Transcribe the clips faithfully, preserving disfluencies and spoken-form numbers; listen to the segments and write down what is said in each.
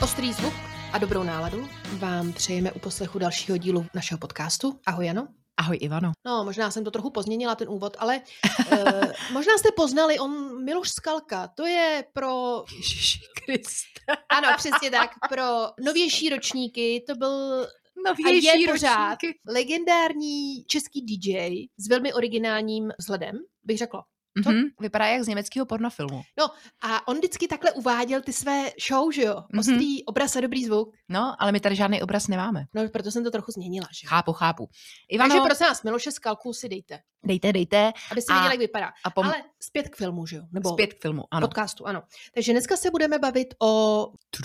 Ostrý zvuk a dobrou náladu vám přejeme u poslechu dalšího dílu našeho podcastu. Ahoj, Jano. Ahoj, Ivano. No, možná jsem to trochu pozměnila, ten úvod, ale uh, možná jste poznali, on Miloš Skalka, to je pro... Ježiši Kriste. Ano, přesně tak, pro novější ročníky, to byl... Novější a je pořád ročníky. Legendární český D J s velmi originálním vzhledem, bych řekla. Co? Mm-hmm. Vypadá jak z německého pornofilmu. No a on vždycky takhle uváděl ty své show, že jo? Mm-hmm. Ostrý obraz a dobrý zvuk. No, ale my tady žádný obraz nemáme. No, proto jsem to trochu změnila, že? Chápu, chápu. Ivano, Takže prosím vás, Miloše Skalku si dejte. Dejte, dejte. Aby si a, viděli, jak vypadá. A pom... Ale zpět k filmu, že jo? Nebo zpět k filmu, ano. podcastu, ano. Takže dneska se budeme bavit o...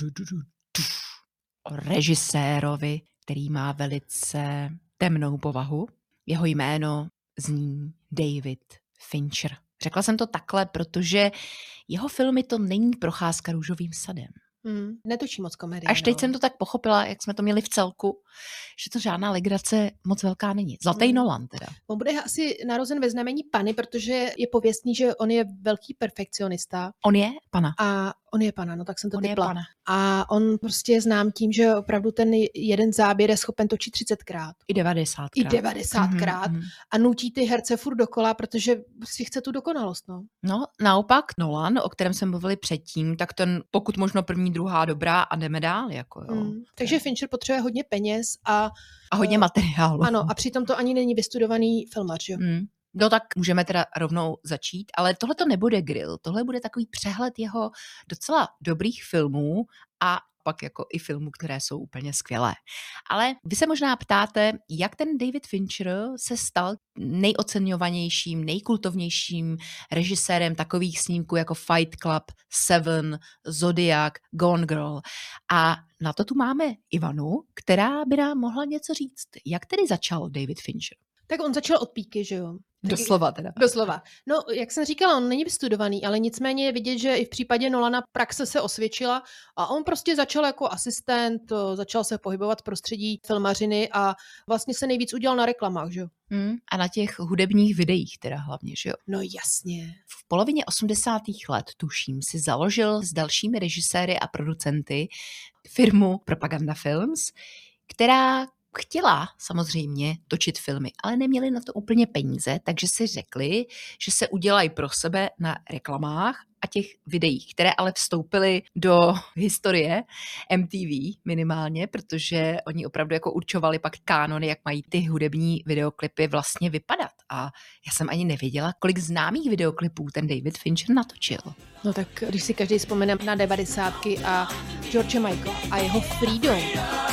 O režisérovi, který má velice temnou povahu. Jeho jméno zní David Fincher. Řekla jsem to takhle, protože jeho filmy to není procházka růžovým sadem. Hmm, netočí moc komedie. Až teď no. jsem to tak pochopila, jak jsme to měli v celku, že to žádná legrace moc velká není. Zlatý Hmm. Nolan teda. On bude asi narozen ve znamení Pany, protože je pověstný, že on je velký perfekcionista. On je pana. A on je pana, no tak jsem to On je typla. pana. A on prostě je znám tím, že opravdu ten jeden záběr je schopen točit třicetkrát. I devadesátkrát. I devadesátkrát. Mm-hmm. A nutí ty herce furt dokola, protože si chce tu dokonalost, no. No, naopak Nolan, o kterém jsme mluvili předtím, tak ten pokud možno první, druhá dobrá a jdeme dál, jako jo. Mm. Takže Fincher potřebuje hodně peněz a... A hodně uh, materiálu. Ano, a přitom to ani není vystudovaný filmař, jo. Mm. No tak můžeme teda rovnou začít, ale tohle to nebude grill, tohle bude takový přehled jeho docela dobrých filmů a pak jako i filmů, které jsou úplně skvělé. Ale vy se možná ptáte, jak ten David Fincher se stal nejoceňovanějším, nejkultovnějším režisérem takových snímků jako Fight Club, Seven, Zodiac, Gone Girl. A na to tu máme Ivanu, která by nám mohla něco říct. Jak tedy začal David Fincher? Tak on začal od píky, že jo. Doslova teda. Doslova. No, jak jsem říkala, on není vystudovaný, ale nicméně je vidět, že i v případě Nolana praxe se osvědčila a on prostě začal jako asistent, začal se pohybovat v prostředí filmařiny a vlastně se nejvíc udělal na reklamách, že jo. Hmm, a na těch hudebních videích teda hlavně, že jo. No jasně. V polovině osmdesátých let, tuším, si založil s dalšími režiséry a producenty firmu Propaganda Films, která chtěla samozřejmě točit filmy, ale neměli na to úplně peníze, takže si řekli, že se udělají pro sebe na reklamách a těch videích, které ale vstoupily do historie M T V minimálně, protože oni opravdu jako určovali pak kánony, jak mají ty hudební videoklipy vlastně vypadat. A já jsem ani nevěděla, kolik známých videoklipů ten David Fincher natočil. No tak když si každý vzpomene na devadesátky a George Michaela a jeho Freedom.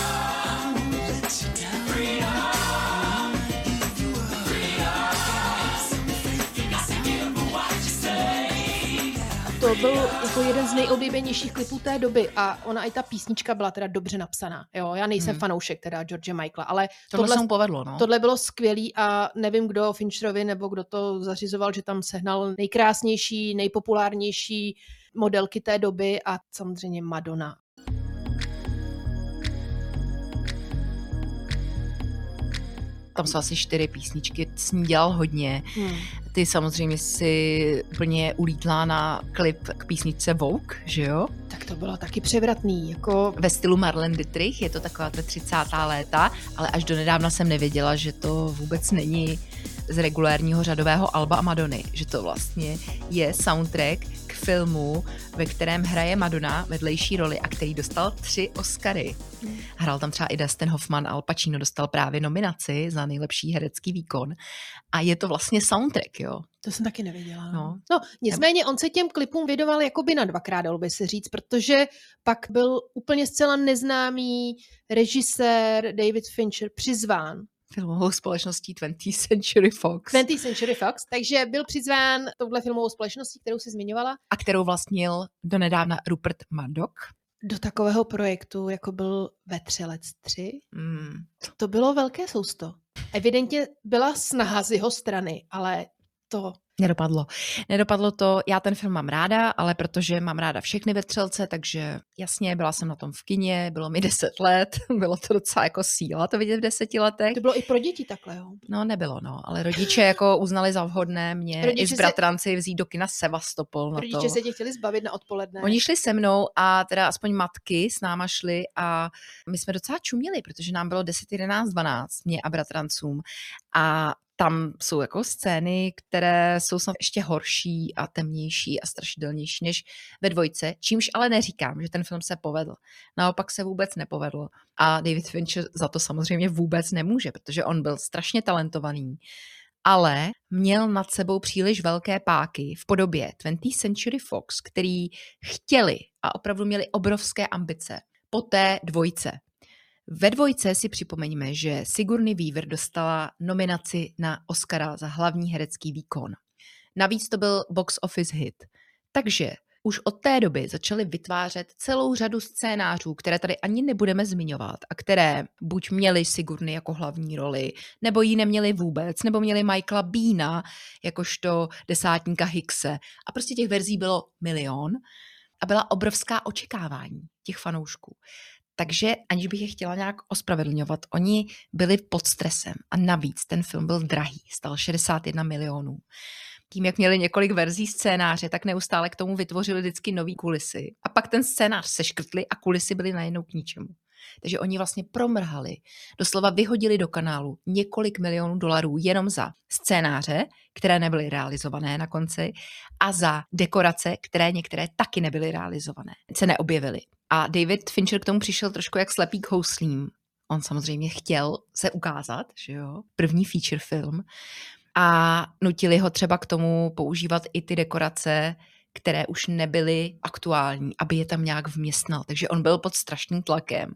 To byl jako jeden z nejoblíbenějších klipů té doby a ona i ta písnička byla teda dobře napsaná. Jo, já nejsem hmm. fanoušek teda George Michaela, ale tohle, tohle se mu povedlo, no. Tohle bylo skvělý a nevím, kdo Fincherovi nebo kdo to zařizoval, že tam sehnal nejkrásnější, nejpopulárnější modelky té doby a samozřejmě Madonna. Tam jsou asi čtyři písničky, s ní dělal hodně. Hmm. Ty samozřejmě si úplně ulítla na klip k písničce Vogue, že jo? Tak to bylo taky převratný. Jako... Ve stylu Marlene Dietrich, je to taková ta třicátá léta, ale až do nedávna jsem nevěděla, že to vůbec není z regulérního řadového alba Madony, že to vlastně je soundtrack k filmu, ve kterém hraje Madonna vedlejší roli a který dostal tři Oscary. Hrál tam třeba i Dustin Hoffman, Al Pacino dostal právě nominaci za nejlepší herecký výkon a je to vlastně soundtrack, jo. To jsem taky nevěděla. No, no nicméně on se těm klipům vědoval jakoby na dvakrát, dalo by se říct, protože pak byl úplně zcela neznámý režisér David Fincher přizván filmovou společností twentieth Century Fox. twentieth Century Fox, takže byl přizván touhle filmovou společností, kterou si zmiňovala. A kterou vlastnil donedávna Rupert Murdoch. Do takového projektu, jako byl Vetřelec tři. Mm. To bylo velké sousto. Evidentně byla snaha z jeho strany, ale to... Nedopadlo. Nedopadlo to, já ten film mám ráda, ale protože mám ráda všechny vetřelce, takže jasně, byla jsem na tom v kině, bylo mi deset let, bylo to docela jako síla to vidět v deseti letech. To bylo i pro děti takhle, jo? No nebylo, no, ale rodiče jako uznali za vhodné mě rodiče i s bratranci se... vzít do kina Sevastopol na rodiče to. Rodiče se tě chtěli zbavit na odpoledne. Oni šli se mnou a teda aspoň matky s náma šli a my jsme docela čuměli, protože nám bylo deset, jedenáct, dvanáct, mě a bratrancům a tam jsou jako scény, které jsou snad ještě horší a temnější a strašidelnější než ve dvojce, čímž ale neříkám, že ten film se povedl. Naopak se vůbec nepovedl. A David Fincher za to samozřejmě vůbec nemůže, protože on byl strašně talentovaný, ale měl nad sebou příliš velké páky v podobě twentieth Century Fox, který chtěli a opravdu měli obrovské ambice po té dvojce. Ve dvojce si připomeňme, že Sigourney Weaver dostala nominaci na Oscara za hlavní herecký výkon. Navíc to byl box office hit. Takže už od té doby začali vytvářet celou řadu scénářů, které tady ani nebudeme zmiňovat a které buď měly Sigourney jako hlavní roli, nebo ji neměli vůbec, nebo měli Michaela Beana jakožto desátníka Hickse. A prostě těch verzí bylo milion a byla obrovská očekávání těch fanoušků. Takže aniž bych je chtěla nějak ospravedlňovat, oni byli pod stresem a navíc ten film byl drahý, stal šedesát jedna milionů. Tím, jak měli několik verzí scénáře, tak neustále k tomu vytvořili vždycky nový kulisy. A pak ten scénář seškrtli a kulisy byly najednou k ničemu. Takže oni vlastně promrhali, doslova vyhodili do kanálu několik milionů dolarů jenom za scénáře, které nebyly realizované na konci, a za dekorace, které některé taky nebyly realizované, se neobjevily. A David Fincher k tomu přišel trošku jak slepý k houslím. On samozřejmě chtěl se ukázat, že jo, první feature film, a nutili ho třeba k tomu používat i ty dekorace, které už nebyly aktuální, aby je tam nějak vměstnal. Takže on byl pod strašným tlakem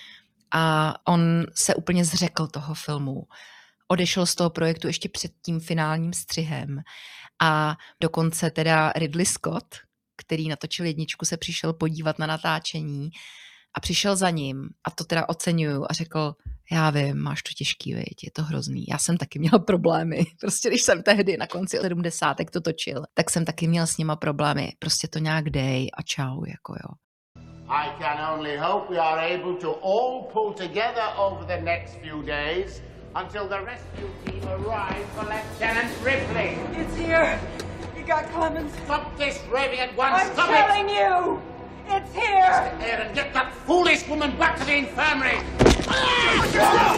a on se úplně zřekl toho filmu. Odešel z toho projektu ještě před tím finálním střihem a dokonce teda Ridley Scott, který natočil jedničku, se přišel podívat na natáčení a přišel za ním a to teda oceňuju a řekl, já vím, máš to těžký, viď, je to hrozný. Já jsem taky měl problémy. Prostě když jsem tehdy na konci sedmdesátek to točil, tak jsem taky měl s nima problémy. Prostě to nějak dej a čau, jako jo. I can only hope we are able to all pull together over the next few days until the rescue team arrive for Lieutenant Ripley. It's here. You got Clemens. Stop this raving at once. I'm Stop telling it. you. It's here! Get there and get that foolish woman back to the infirmary! What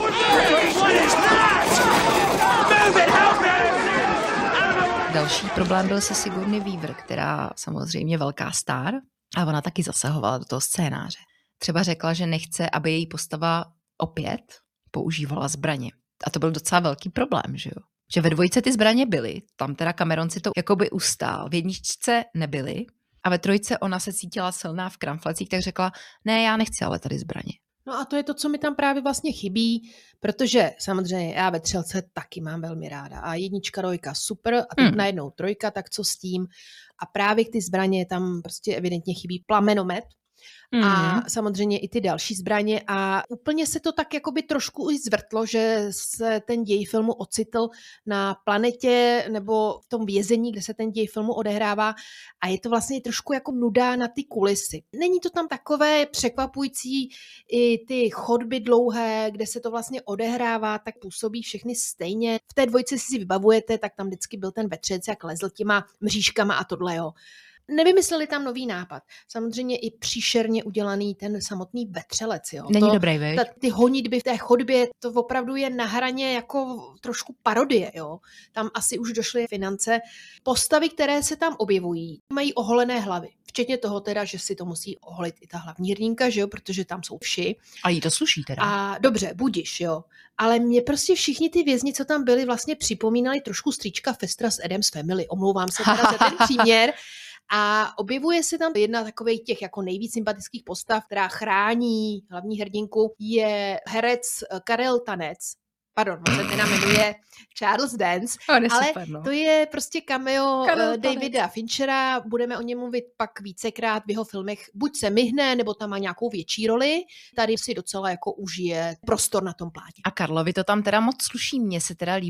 is that? Move it, help me! Další problém byl se Sigourney Weaver, která samozřejmě velká star a ona taky zasahovala do toho scénáře. Třeba řekla, že nechce, aby její postava opět používala zbraně. A to byl docela velký problém, že jo? Že ve dvojce ty zbraně byly, tam teda Cameron si to jakoby ustál, v jedničce nebyly. A ve trojce ona se cítila silná v kramflecích, tak řekla, ne, já nechci ale tady zbraně. No a to je to, co mi tam právě vlastně chybí, protože samozřejmě já ve třelce taky mám velmi ráda. A jednička, trojka, super, a teď hmm. najednou trojka, tak co s tím? A právě ty zbraně tam prostě evidentně chybí plamenomet, Mm. a samozřejmě i ty další zbraně a úplně se to tak jakoby trošku i zvrtlo, že se ten děj filmu ocitl na planetě nebo v tom vězení, kde se ten děj filmu odehrává a je to vlastně trošku jako nuda na ty kulisy. Není to tam takové překvapující, i ty chodby dlouhé, kde se to vlastně odehrává, tak působí všechny stejně. V té dvojce si vybavujete, tak tam vždycky byl ten vetřelec, jak lezl těma mřížkama a tohle, jo. Nevymysleli tam nový nápad. Samozřejmě i příšerně udělaný ten samotný vetřelec. Jo. Není to, dobrý, veď? Ta, ty honitby v té chodbě, to opravdu je na hraně jako trošku parodie. Jo. Tam asi už došly finance. Postavy, které se tam objevují, mají oholené hlavy. Včetně toho teda, že si to musí oholit i ta hlavní hrdinka, že jo, protože tam jsou vši. A jí to sluší teda. A dobře, budiš, jo. Ale mě prostě všichni ty vězni, co tam byli, vlastně připomínali trošku strýčka Festra z Addams Family. Omlouvám se teda za ten příměr. A objevuje se tam jedna takových těch jako nejvíc sympatických postav, která chrání hlavní hrdinku, je herec Karel Tanec. Pardon, on se teda jmenuje Charles Dance, ale super, no. To je prostě cameo Karel Davida Tanec. Finchera, budeme o něm mluvit pak vícekrát v jeho filmech, buď se myhne, nebo tam má nějakou větší roli, tady si docela jako užije prostor na tom plátě. A Karlovi to tam teda moc sluší, mně se teda líbil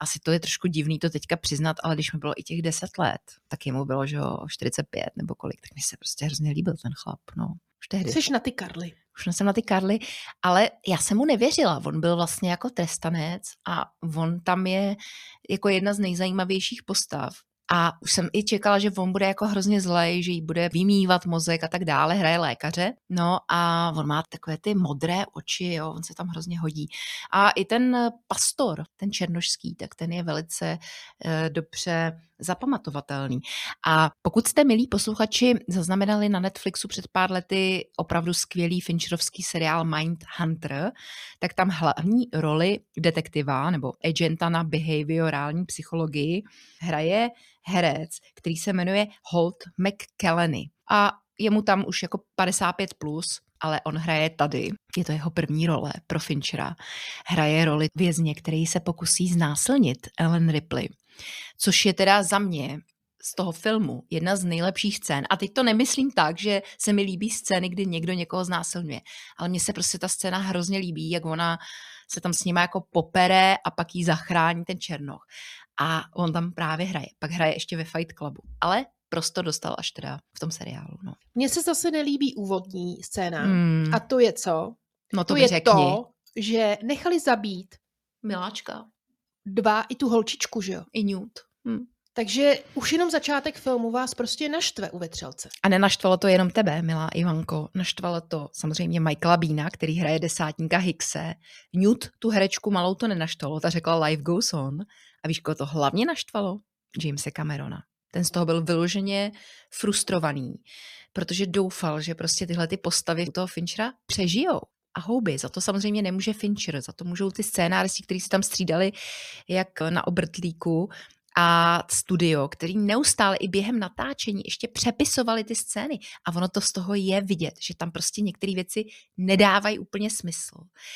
asi to je trošku divný to teďka přiznat, ale když mi bylo i těch deset let, tak jemu bylo, že jo, čtyřicet pět nebo kolik, tak mi se prostě hrozně líbil ten chlap, no. Už tehdy. Jsi na ty Karly. Už jsem na ty Karly, ale já jsem mu nevěřila. On byl vlastně jako trestanec a on tam je jako jedna z nejzajímavějších postav. A už jsem i čekala, že on bude jako hrozně zlej, že jí bude vymývat mozek a tak dále, hraje lékaře. No a on má takové ty modré oči, jo, on se tam hrozně hodí. A i ten pastor, ten černošský, tak ten je velice e, dobře zapamatovatelný. A pokud jste, milí posluchači, zaznamenali na Netflixu před pár lety opravdu skvělý fincherovský seriál Mindhunter, tak tam hlavní roli detektiva nebo agenta na behaviorální psychologii hraje herec, který se jmenuje Holt McCallany. A je mu tam už jako padesát pět plus, ale on hraje tady. Je to jeho první role pro Finchera. Hraje roli vězně, který se pokusí znásilnit Ellen Ripley. Což je teda za mě z toho filmu jedna z nejlepších scén. A teď to nemyslím tak, že se mi líbí scény, kdy někdo někoho znásilňuje. Ale mně se prostě ta scéna hrozně líbí, jak ona se tam s nima jako popere a pak jí zachrání ten černoch. A on tam právě hraje. Pak hraje ještě ve Fight Clubu. Ale prostor dostal až teda v tom seriálu. No. Mně se zase nelíbí úvodní scéna. Hmm. A to je co? No to, to mi je řekni. to, že nechali zabít Miláčka. dva i tu holčičku, že jo? I Newt. Hm. Takže už jenom začátek filmu vás prostě naštve u Vetřelce. A nenaštvalo to jenom tebe, milá Ivanko. Naštvalo to samozřejmě Michaela Beana, který hraje desátníka Hickse. Newt, tu herečku malou, to nenaštvalo. Ta řekla Life goes on. A víš, koho to hlavně naštvalo? Jamese Camerona. Ten z toho byl vyloženě frustrovaný, protože doufal, že prostě tyhle ty postavy toho Finchera přežijou. A houby, za to samozřejmě nemůže Fincher, za to můžou ty scénáristi, kteří se tam střídali jak na obrtlíku a studio, který neustále i během natáčení ještě přepisovali ty scény. A ono to z toho je vidět, že tam prostě některé věci nedávají úplně smysl.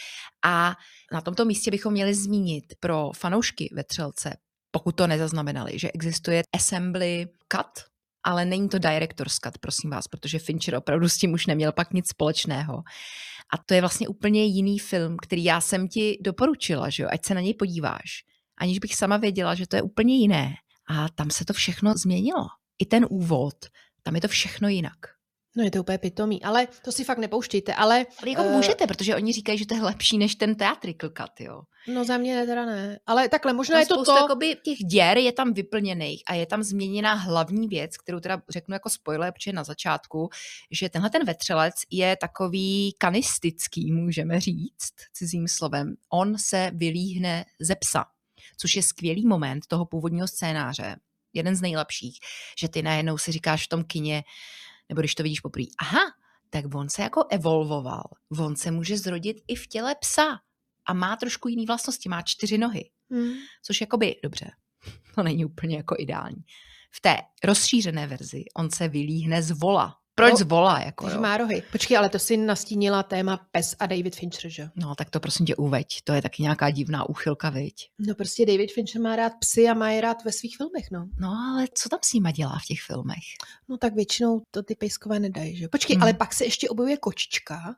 A na tomto místě bychom měli zmínit pro fanoušky Vetřelce, pokud to nezaznamenali, že existuje assembly cut, ale není to director's cut, prosím vás, protože Fincher opravdu s tím už neměl pak nic společného. A to je vlastně úplně jiný film, který já jsem ti doporučila, že jo, ať se na něj podíváš. Aniž bych sama věděla, že to je úplně jiné. A tam se to všechno změnilo. I ten úvod, tam je to všechno jinak. No je to úplně pitomý, ale to si fakt nepouštějte, ale... Ale jako uh, můžete, protože oni říkají, že to je lepší než ten theatrical cut, jo. No za mě teda ne, ale takhle možná tam je to spoustu, to... Jakoby těch děr je tam vyplněných a je tam změněná hlavní věc, kterou teda řeknu jako spoiler, protože na začátku, že tenhle ten vetřelec je takový kanistický, můžeme říct, cizím slovem. On se vylíhne ze psa, což je skvělý moment toho původního scénáře, jeden z nejlepších, že ty najednou si říkáš v tom kině, nebo když to vidíš poprvé, aha, tak on se jako evolvoval, on se může zrodit i v těle psa a má trošku jiný vlastnosti, má čtyři nohy, hmm. což jakoby, dobře, to není úplně jako ideální. V té rozšířené verzi on se vylíhne z vola. Proč no, z vola? Jako, takže má rohy. Počkej, ale to si nastínila téma pes a David Fincher, že? No, tak to prosím tě uveď. To je taky nějaká divná úchylka, viď? No prostě David Fincher má rád psy a má je rád ve svých filmech, no. No, ale co tam s nima dělá v těch filmech? No tak většinou to ty pejskové nedají, že? Počkej, hmm. ale pak se ještě objevuje kočička.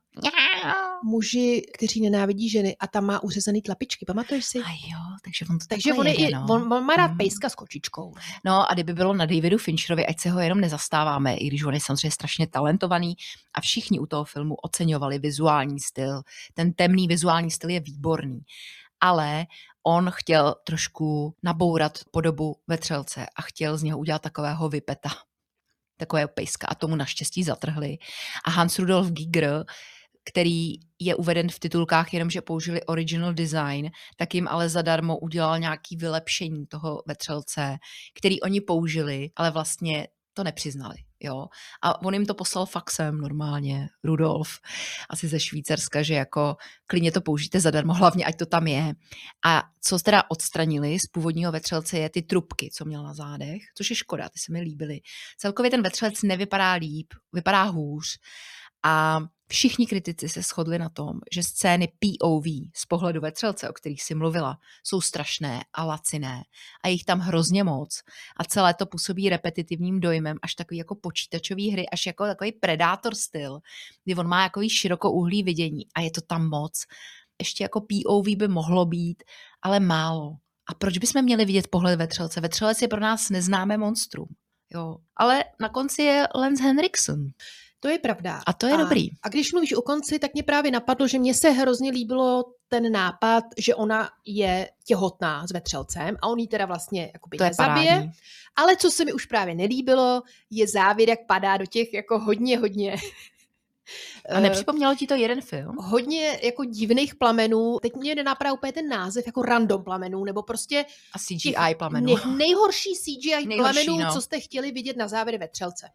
Muži, kteří nenávidí ženy a tam má uřezaný tlapičky, pamatuješ si? A jo, takže on to takže on, jede, je, no. on, on má rád hmm. pejska s kočičkou. No a kdyby bylo na Davidu Fincherovi, ať se ho jenom nezastáváme, i když on je samozřejmě strašně talentovaný a všichni u toho filmu oceňovali vizuální styl. Ten temný vizuální styl je výborný. Ale on chtěl trošku nabourat podobu vetřelce a chtěl z něho udělat takového vypeta. Takového pejska a tomu naštěstí zatrhli. A Hans Rudolf Giger, který je uveden v titulkách jenom, že použili original design, tak jim ale zadarmo udělal nějaký vylepšení toho vetřelce, který oni použili, ale vlastně to nepřiznali. Jo? A on jim to poslal faxem normálně, Rudolf, asi ze Švýcarska, že jako klidně to použijte zadarmo, hlavně ať to tam je. A co teda odstranili z původního vetřelce je ty trubky, co měl na zádech, což je škoda, ty se mi líbily. Celkově ten vetřelec nevypadá líp, vypadá hůř a všichni kritici se shodli na tom, že scény P O V z pohledu vetřelce, o kterých si mluvila, jsou strašné a laciné a jich tam hrozně moc a celé to působí repetitivním dojmem až takový jako počítačový hry, až jako takový Predator styl, kdy on má takový širokouhlý vidění a je to tam moc. Ještě jako P O V by mohlo být, ale málo. A proč bychom měli vidět pohled vetřelce? Vetřelec je pro nás neznámé monstrum. Jo. Ale na konci je Lance Henriksen. To je pravda. A to je a, dobrý. A když mluvíš o konci, tak mě právě napadlo, že mně se hrozně líbilo ten nápad, že ona je těhotná s vetřelcem a on jí teda vlastně jakoby nezabije. Parádní. Ale co se mi už právě nelíbilo, je závěr, jak padá do těch jako hodně, hodně... A nepřipomnělo ti to jeden film? Hodně jako divných plamenů. Teď mě nenapadá úplně ten název, jako random plamenů, nebo prostě... A C G I plamenů. Nej, nejhorší C G I nejhorší, plamenů, no. Co jste chtěli vidět na závěr vetřelce.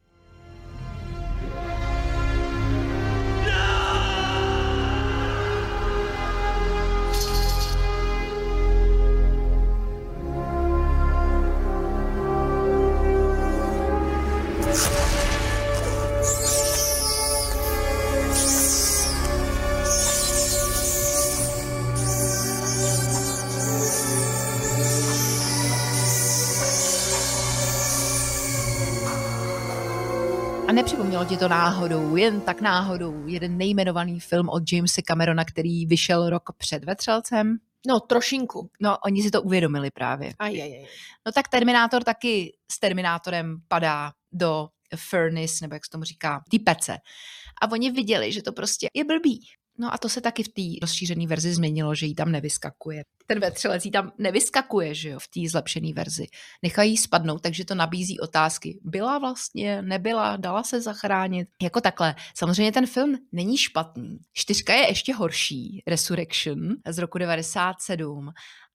Nepřipomnělo ti to náhodou, jen tak náhodou, jeden nejmenovaný film od Jamese Camerona, který vyšel rok před vetřelcem? No, trošinku. No, oni si to uvědomili právě. Ajajaj. No tak Terminátor taky s Terminátorem padá do furnace, nebo jak se tomu říká, té pece. A oni viděli, že to prostě je blbý. No a to se taky v té rozšířené verzi změnilo, že jí tam nevyskakuje. Ten vetřelec jí tam nevyskakuje, že jo, v té zlepšené verzi. Nechají jí spadnout, takže to nabízí otázky. Byla vlastně, nebyla, dala se zachránit. Jako takhle. Samozřejmě ten film není špatný. Čtyřka je ještě horší, Resurrection z roku devadesát sedm,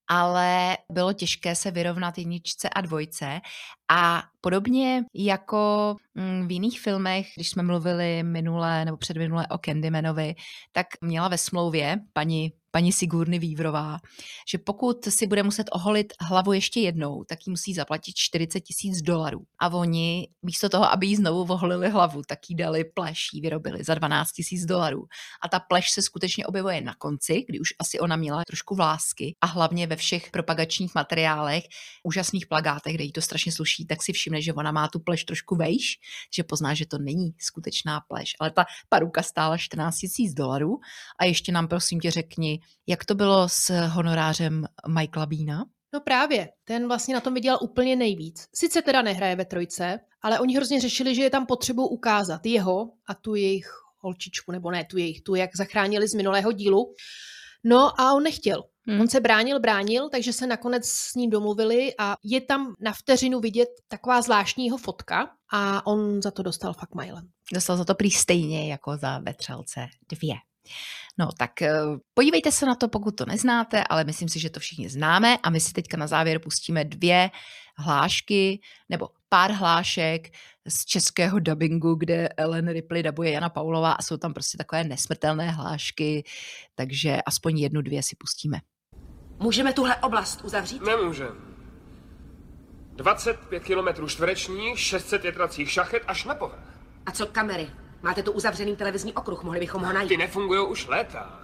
ale bylo těžké se vyrovnat jedničce a dvojce a podobně jako v jiných filmech, když jsme mluvili minule nebo předminule o Candymanovi, tak měla ve smlouvě paní paní Sigourney Weaverová, že pokud si bude muset oholit hlavu ještě jednou, tak jí musí zaplatit čtyřicet tisíc dolarů. A oni místo toho, aby jí znovu oholili hlavu, tak jí dali pleš, jí vyrobili za dvanáct tisíc dolarů. A ta pleš se skutečně objevuje na konci, kdy už asi ona měla trošku vlásky a hlavně ve všech propagačních materiálech, úžasných plakátech, kde jí to strašně sluší, tak si všimne, že ona má tu pleš trošku vejš, že pozná, že to není skutečná pleš. Ale ta paruka stála čtrnáct tisíc dolarů a ještě nám prosím tě řekni, jak to bylo s honorářem Michaela Beana? No právě, ten vlastně na tom vydělal úplně nejvíc. Sice teda nehraje ve trojce, ale oni hrozně řešili, že je tam potřebou ukázat jeho a tu jejich holčičku, nebo ne tu jejich, tu jak zachránili z minulého dílu. No a on nechtěl. Hmm. On se bránil, bránil, takže se nakonec s ním domluvili a je tam na vteřinu vidět taková zvláštní jeho fotka a on za to dostal fakt mailem. Dostal za to prý stejně jako za Vetřelce dvě. No tak podívejte se na to, pokud to neznáte, ale myslím si, že to všichni známe a my si teďka na závěr pustíme dvě hlášky nebo pár hlášek z českého dabingu, kde Ellen Ripley dabuje Jana Paulová a jsou tam prostě takové nesmrtelné hlášky, takže aspoň jednu, dvě si pustíme. Můžeme tuhle oblast uzavřít? Nemůžeme. dvacet pět kilometrů čtverečních, šest set větracích šachet až na povrch. A co kamery? Máte tu uzavřený televizní okruh, mohli bychom ho najít. Ty nefungují už léta.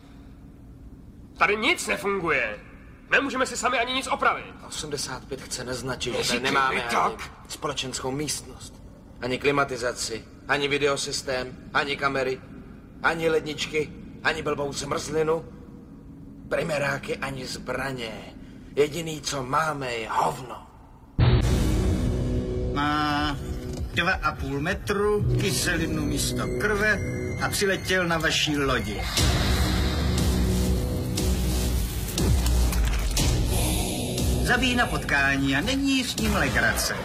Tady nic nefunguje. Nemůžeme si sami ani nic opravit. osmdesát pět chce naznačit, že Říkej tady nemáme mi ani tak. společenskou místnost. Ani klimatizaci, ani videosystém, ani kamery, ani ledničky, ani blbou zmrzlinu, primeráky, ani zbraně. Jediný, co máme, je hovno. Má dva a půl metru, kyselinu místo krve a přiletěl na vaší lodi. Zabíjí na potkání a není s ním legrace.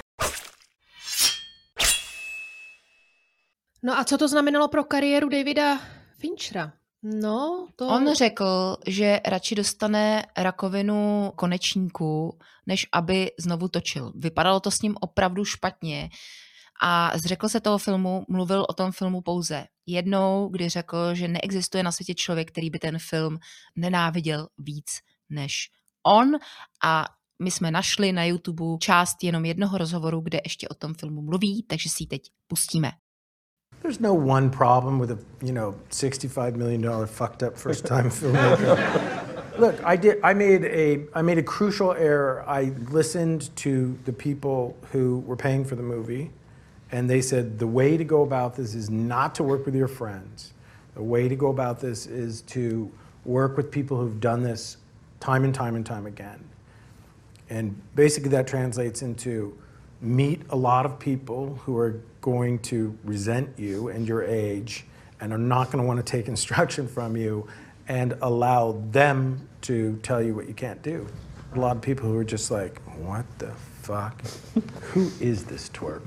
No a co to znamenalo pro kariéru Davida Finchera? No, to... On řekl, že radši dostane rakovinu konečníku, než aby znovu točil. Vypadalo to s ním opravdu špatně a zřekl se toho filmu, mluvil o tom filmu pouze jednou, kdy řekl, že neexistuje na světě člověk, který by ten film nenáviděl víc než on a my jsme našli na YouTube část jenom jednoho rozhovoru, kde ještě o tom filmu mluví, takže si ji teď pustíme. There's no one problem with a, you know, sixty-five million dollar fucked up first time filmmaker. Look, I did I made a I made a crucial error. I listened to the people who were paying for the movie and they said the way to go about this is not to work with your friends. The way to go about this is to work with people who've done this time and time and time again. And basically that translates into meet a lot of people who are going to resent you and your age and are not going to want to take instruction from you and allow them to tell you what you can't do. A lot of people who are just like, what the fuck? Who is this twerp?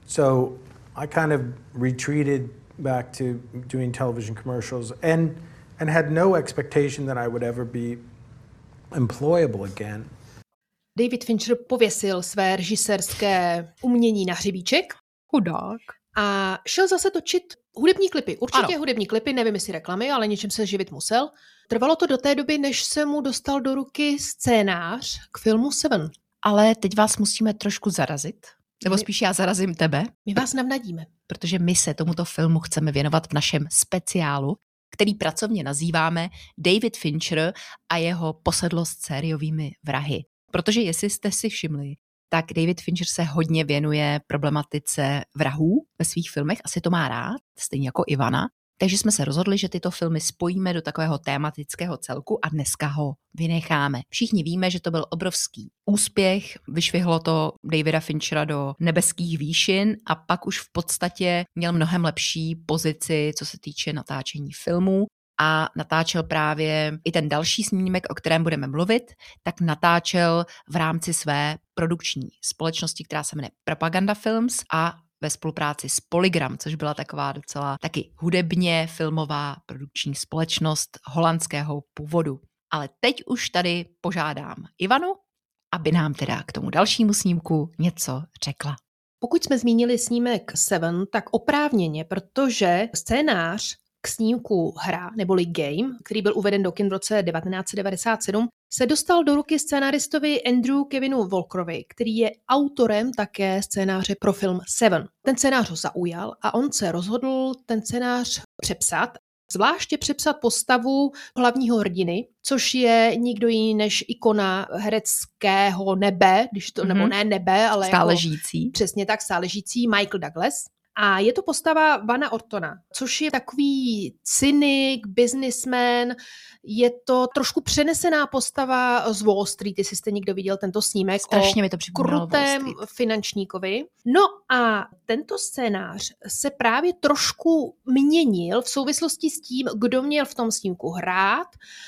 So I kind of retreated back to doing television commercials and, and had no expectation that I would ever be employable again. David Fincher pověsil své režisérské umění na hřebíček. Chudák. A šel zase točit hudební klipy. Určitě ano. hudební klipy, nevím jestli reklamy, ale něčím se živit musel. Trvalo to do té doby, než se mu dostal do ruky scénář k filmu Seven. Ale teď vás musíme trošku zarazit. Nebo spíš já zarazím tebe. My vás navnadíme. Protože my se tomuto filmu chceme věnovat v našem speciálu, který pracovně nazýváme David Fincher a jeho posedlost sériovými vrahy. Protože jestli jste si všimli, tak David Fincher se hodně věnuje problematice vrahů ve svých filmech, asi to má rád, stejně jako Ivana. Takže jsme se rozhodli, že tyto filmy spojíme do takového tématického celku a dneska ho vynecháme. Všichni víme, že to byl obrovský úspěch, vyšvihlo to Davida Finchera do nebeských výšin a pak už v podstatě měl mnohem lepší pozici, co se týče natáčení filmů. A natáčel právě i ten další snímek, o kterém budeme mluvit, tak natáčel v rámci své produkční společnosti, která se jmenuje Propaganda Films a ve spolupráci s Polygram, což byla taková docela taky hudebně filmová produkční společnost holandského původu. Ale teď už tady požádám Ivanu, aby nám teda k tomu dalšímu snímku něco řekla. Pokud jsme zmínili snímek Seven, tak oprávněně, protože scénář k snímku Hra, neboli Game, který byl uveden do kin v roce devatenáct set devadesát sedm, se dostal do ruky scénaristovi Andrew Kevinu Walkerovi, který je autorem také scénáře pro film Seven. Ten scénář ho zaujal a on se rozhodl ten scénář přepsat, zvláště přepsat postavu hlavního hrdiny, což je nikdo jiný než ikona hereckého nebe, když to, mm-hmm. nebo ne nebe, ale stále jako, žijící. Přesně tak, stále žijící Michael Douglas. A je to postava Vana Ortona, což je takový cynik, businessman, je to trošku přenesená postava z Wall Street, jestli jste někdo viděl tento snímek. Strašně o mi to připomínalo krutém finančníkovi. No a tento scénář se právě trošku měnil v souvislosti s tím, kdo měl v tom snímku hrát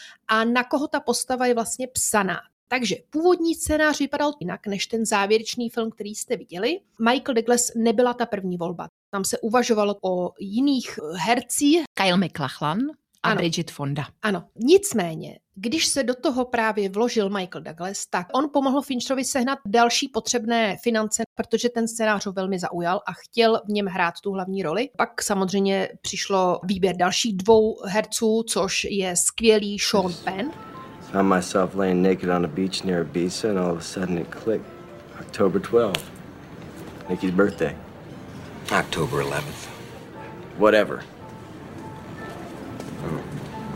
a na koho ta postava je vlastně psaná. Takže původní scénář vypadal jinak než ten závěrečný film, který jste viděli. Michael Douglas nebyla ta první volba. Tam se uvažovalo o jiných hercích. Kyle MacLachlan a ano. Bridget Fonda. Ano, nicméně, když se do toho právě vložil Michael Douglas, tak on pomohl Fincherovi sehnat další potřebné finance, protože ten scénář ho velmi zaujal a chtěl v něm hrát tu hlavní roli. Pak samozřejmě přišlo výběr dalších dvou herců, což je skvělý Sean Penn. Found myself laying naked on a beach near Ibiza, and all of a sudden it clicked. October twelfth. Nikki's birthday. October eleventh. Whatever. Oh.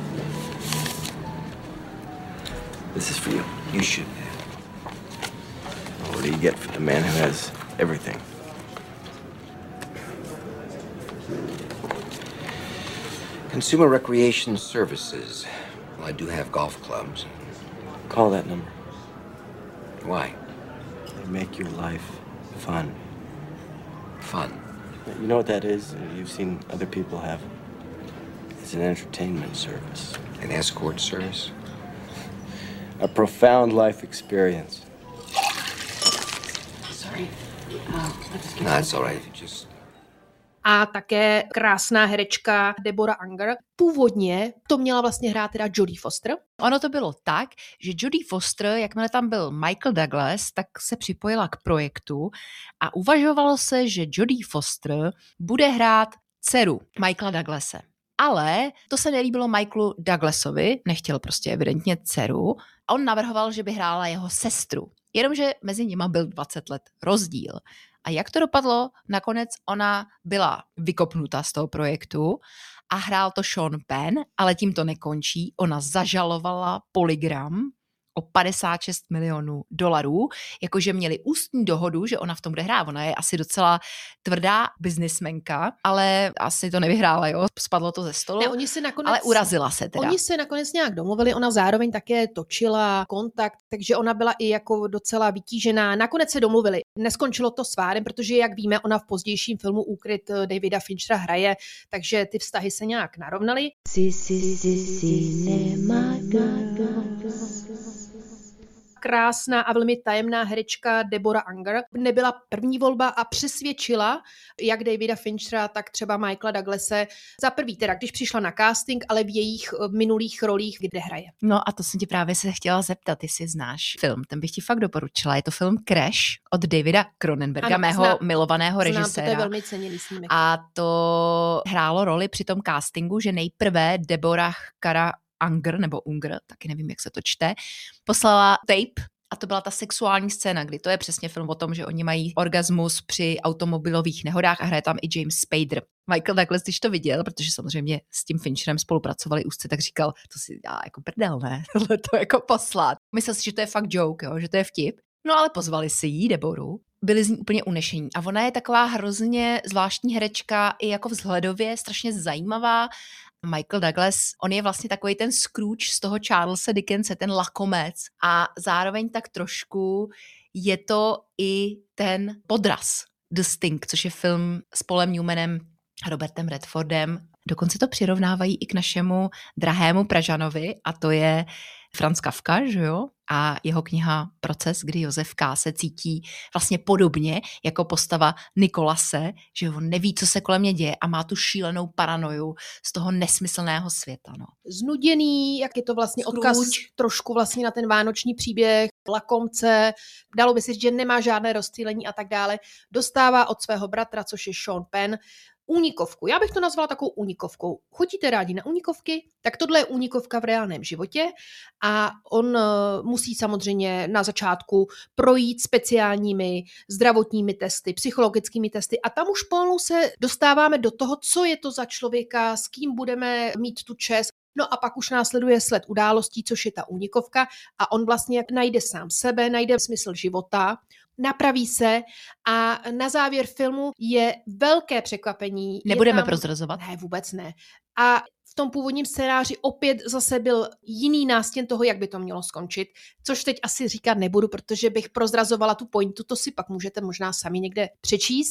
This is for you. You should. What do you get for the man who has everything? Consumer Recreation Services. Well, I do have golf clubs. Call that number. Why? They make your life fun. Fun? You know what that is? You've seen other people have it. It's an entertainment service. An escort service? A profound life experience. Sorry. Uh, no, that's all right. Just... A také krásná herečka Deborah Unger. Původně to měla vlastně hrát teda Jodie Foster. Ono to bylo tak, že Jodie Foster, jakmile tam byl Michael Douglas, tak se připojila k projektu a uvažovalo se, že Jodie Foster bude hrát dceru Michaela Douglase. Ale to se nelíbilo Michaelu Douglasovi, nechtěl prostě evidentně dceru. A on navrhoval, že by hrála jeho sestru. Jenomže mezi nima byl dvacet let rozdíl. A jak to dopadlo? Nakonec ona byla vykopnuta z toho projektu a hrál to Sean Penn, ale tím to nekončí. Ona zažalovala Polygram o padesát šest milionů dolarů, jakože měli ústní dohodu, že ona v tom bude hrát. Ona je asi docela tvrdá biznismenka, ale asi to nevyhrála, jo, spadlo to ze stolu, ne, oni se nakonec, ale urazila se teda. Oni se nakonec nějak domluvili, ona zároveň také točila kontakt, takže ona byla i jako docela vytížená. Nakonec se domluvili. Neskončilo to svárem, protože jak víme, ona v pozdějším filmu Úkryt Davida Finchera hraje, takže ty vztahy se nějak narovnaly. Krásná a velmi tajemná herečka Deborah Unger nebyla první volba a přesvědčila jak Davida Finchera, tak třeba Michaela Douglase. Za prvý teda, když přišla na casting, ale v jejich minulých rolích, kde hraje. No a to jsem ti právě se chtěla zeptat, jestli znáš film. Ten bych ti fakt doporučila. Je to film Crash od Davida Cronenberga, ano, mého znám, milovaného režiséra. Znám, to je velmi ceněný snímek. A to hrálo roli při tom castingu, že nejprve Deborah Kara Unger, nebo Unger, taky nevím, jak se to čte, poslala tape a to byla ta sexuální scéna, kdy to je přesně film o tom, že oni mají orgasmus při automobilových nehodách a hraje tam i James Spader. Michael Douglas, když to viděl, protože samozřejmě s tím Fincherem spolupracovali úzce, tak říkal, to si dá jako prdel, ne? Tohle to jako poslat. Myslel si, že to je fakt joke, jo? Že to je vtip. No ale pozvali si jí, Deboru, byli z ní úplně unešení. A ona je taková hrozně zvláštní herečka, i jako vzhledově strašně zajímavá. Michael Douglas, on je vlastně takový ten Scrooge z toho Charlesa Dickense, ten lakomec a zároveň tak trošku je to i ten podraz The Sting, což je film s Paulem Newmanem, Robertem Redfordem. Dokonce to přirovnávají i k našemu drahému Pražanovi a to je Franz Kafka, že jo? A jeho kniha Proces, kdy Josef K. se cítí vlastně podobně jako postava Nikolase, že on neví, co se kolem mě děje a má tu šílenou paranoju z toho nesmyslného světa. No. Znuděný, jak je to vlastně Scrooge. Odkaz trošku vlastně na ten vánoční příběh, lakomce, dalo by se říct, že nemá žádné rozstřílení a tak dále, dostává od svého bratra, což je Sean Penn, únikovku. Já bych to nazvala takovou únikovkou. Chodíte rádi na únikovky? Tak tohle je únikovka v reálném životě a on uh, musí samozřejmě na začátku projít speciálními zdravotními testy, psychologickými testy a tam už pomalu se dostáváme do toho, co je to za člověka, s kým budeme mít tu čest. No a pak už následuje sled událostí, což je ta únikovka a on vlastně najde sám sebe, najde smysl života, napraví se a na závěr filmu je velké překvapení. Nebudeme tam... prozrazovat? Ne, vůbec ne. A v tom původním scénáři opět zase byl jiný nástěn toho, jak by to mělo skončit, což teď asi říkat nebudu, protože bych prozrazovala tu pointu, to si pak můžete možná sami někde přečíst.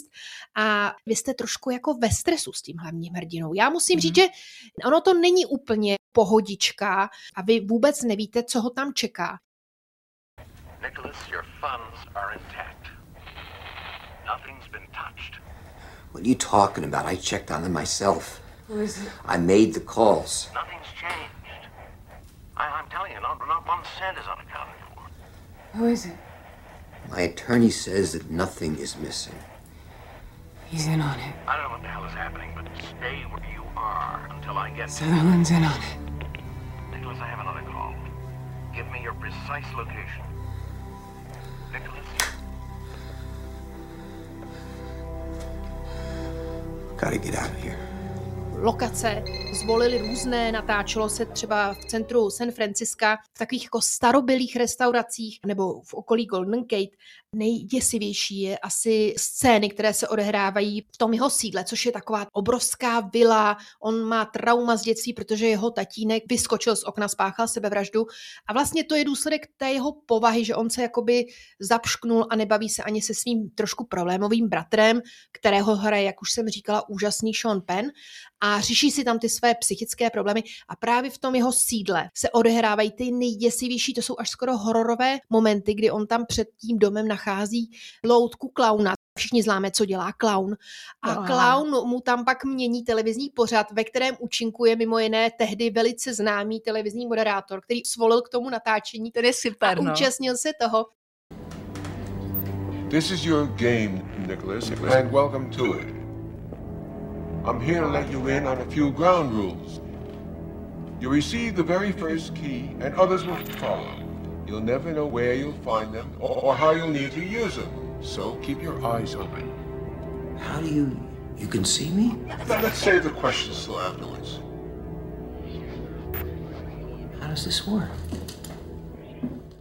A vy jste trošku jako ve stresu s tím hlavním hrdinou. Já musím mm-hmm. říct, že ono to není úplně pohodička a vy vůbec nevíte, co ho tam čeká. Nicholas, your funds are intact. Nothing's been touched. What are you talking about? I checked on them myself. Who is it? I made the calls. Nothing's changed. I, I'm telling you, not, not one cent is unaccounted for. Who is it? My attorney says that nothing is missing. He's in on it. I don't know what the hell is happening, but stay where you are until I get... Sutherland's in on it. Nicholas, I have another call. Give me your precise location. Nicholas? Gotta get out of here. Lokace zvolili různé, natáčelo se třeba v centru San Francisca, v takových jako starobylých restauracích nebo v okolí Golden Gate. Nejděsivější je asi scény, které se odehrávají v tom jeho sídle, což je taková obrovská vila. On má trauma z dětství, protože jeho tatínek vyskočil z okna, spáchal sebevraždu a vlastně to je důsledek té jeho povahy, že on se jakoby zapšknul a nebaví se ani se svým trošku problémovým bratrem, kterého hraje, jak už jsem říkala, úžasný Sean Penn a řeší si tam ty své psychické problémy a právě v tom jeho sídle se odehrávají ty nejděsivější, to jsou až skoro hororové momenty, kdy on tam před tím domem nachází loutku klauna. Všichni známe, co dělá klaun. A Aha. klaun mu tam pak mění televizní pořad, ve kterém účinkuje mimo jiné tehdy velice známý televizní moderátor, který svolil k tomu natáčení. To je super, a no. účastnil se toho. This is your game, Nicholas, and welcome to it. I'm here to let you in on a few ground rules. You receive the very first key, and others will follow. You'll never know where you'll find them or, or how you'll need to use them. So keep your eyes open. How do you... you can see me? Now, let's save the questions till afterwards. How does this work?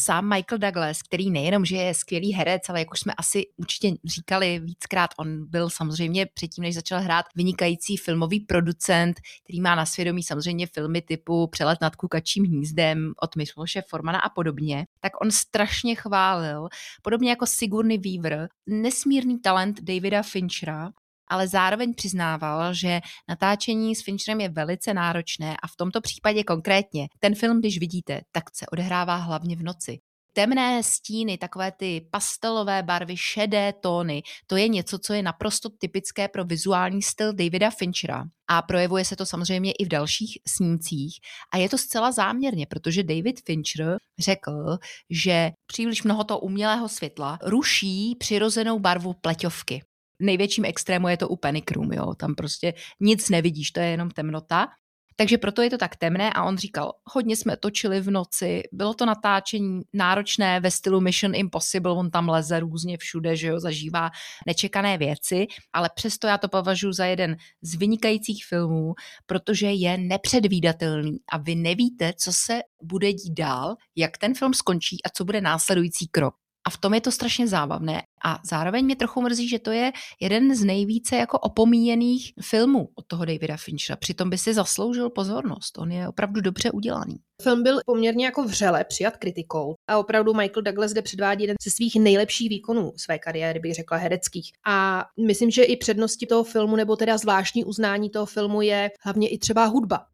sám Michael Douglas, který nejenom, že je skvělý herec, ale jak už jsme asi určitě říkali víckrát, on byl samozřejmě předtím, než začal hrát, vynikající filmový producent, který má na svědomí samozřejmě filmy typu Přelet nad kukačím hnízdem od Miloše Formana a podobně, tak on strašně chválil, podobně jako Sigourney Weaver, nesmírný talent Davida Finchera, ale zároveň přiznával, že natáčení s Fincherem je velice náročné a v tomto případě konkrétně ten film, když vidíte, tak se odehrává hlavně v noci. Temné stíny, takové ty pastelové barvy, šedé tóny, to je něco, co je naprosto typické pro vizuální styl Davida Finchera a projevuje se to samozřejmě i v dalších snímcích a je to zcela záměrně, protože David Fincher řekl, že příliš mnoho toho umělého světla ruší přirozenou barvu pleťovky. V největším extrému je to u Panic Room, jo, tam prostě nic nevidíš, to je jenom temnota. Takže proto je to tak temné a on říkal, hodně jsme točili v noci, bylo to natáčení náročné ve stylu Mission Impossible, on tam leze různě všude, že jo, zažívá nečekané věci, ale přesto já to považuji za jeden z vynikajících filmů, protože je nepředvídatelný a vy nevíte, co se bude dít dál, jak ten film skončí a co bude následující krok. A v tom je to strašně zábavné a zároveň mě trochu mrzí, že to je jeden z nejvíce jako opomíjených filmů od toho Davida Finchera. Přitom by si zasloužil pozornost, on je opravdu dobře udělaný. Film byl poměrně jako vřele přijat kritikou a opravdu Michael Douglas zde předvádí jeden ze svých nejlepších výkonů své kariéry, bych řekla hereckých. A myslím, že i předností toho filmu, nebo teda zvláštní uznání toho filmu je hlavně i třeba hudba.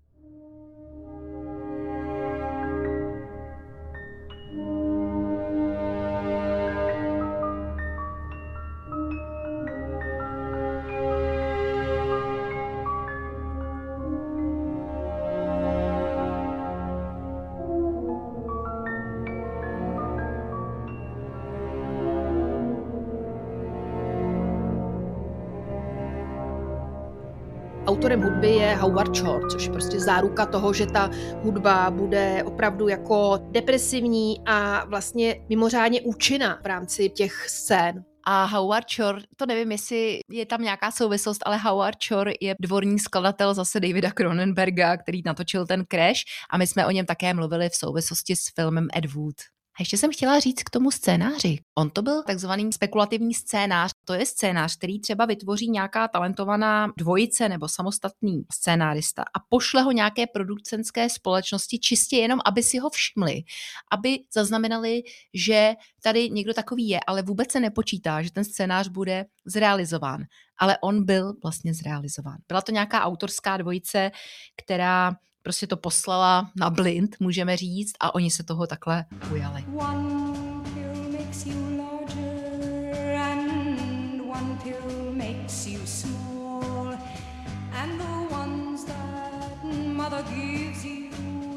Autorem hudby je Howard Shore, což je prostě záruka toho, že ta hudba bude opravdu jako depresivní a vlastně mimořádně účinná v rámci těch scén. A Howard Shore, to nevím, jestli je tam nějaká souvislost, ale Howard Shore je dvorní skladatel zase Davida Cronenberga, který natočil ten Crash a my jsme o něm také mluvili v souvislosti s filmem Ed Wood. A ještě jsem chtěla říct k tomu scénáři. On to byl takzvaný spekulativní scénář. To je scénář, který třeba vytvoří nějaká talentovaná dvojice nebo samostatný scénárista a pošle ho nějaké producentské společnosti čistě jenom, aby si ho všimli, aby zaznamenali, že tady někdo takový je, ale vůbec se nepočítá, že ten scénář bude zrealizován. Ale on byl vlastně zrealizován. Byla to nějaká autorská dvojice, která prostě to poslala na blind, můžeme říct, a oni se toho takhle ujali. One pill makes you larger and one pill makes you small and the ones that mother gives you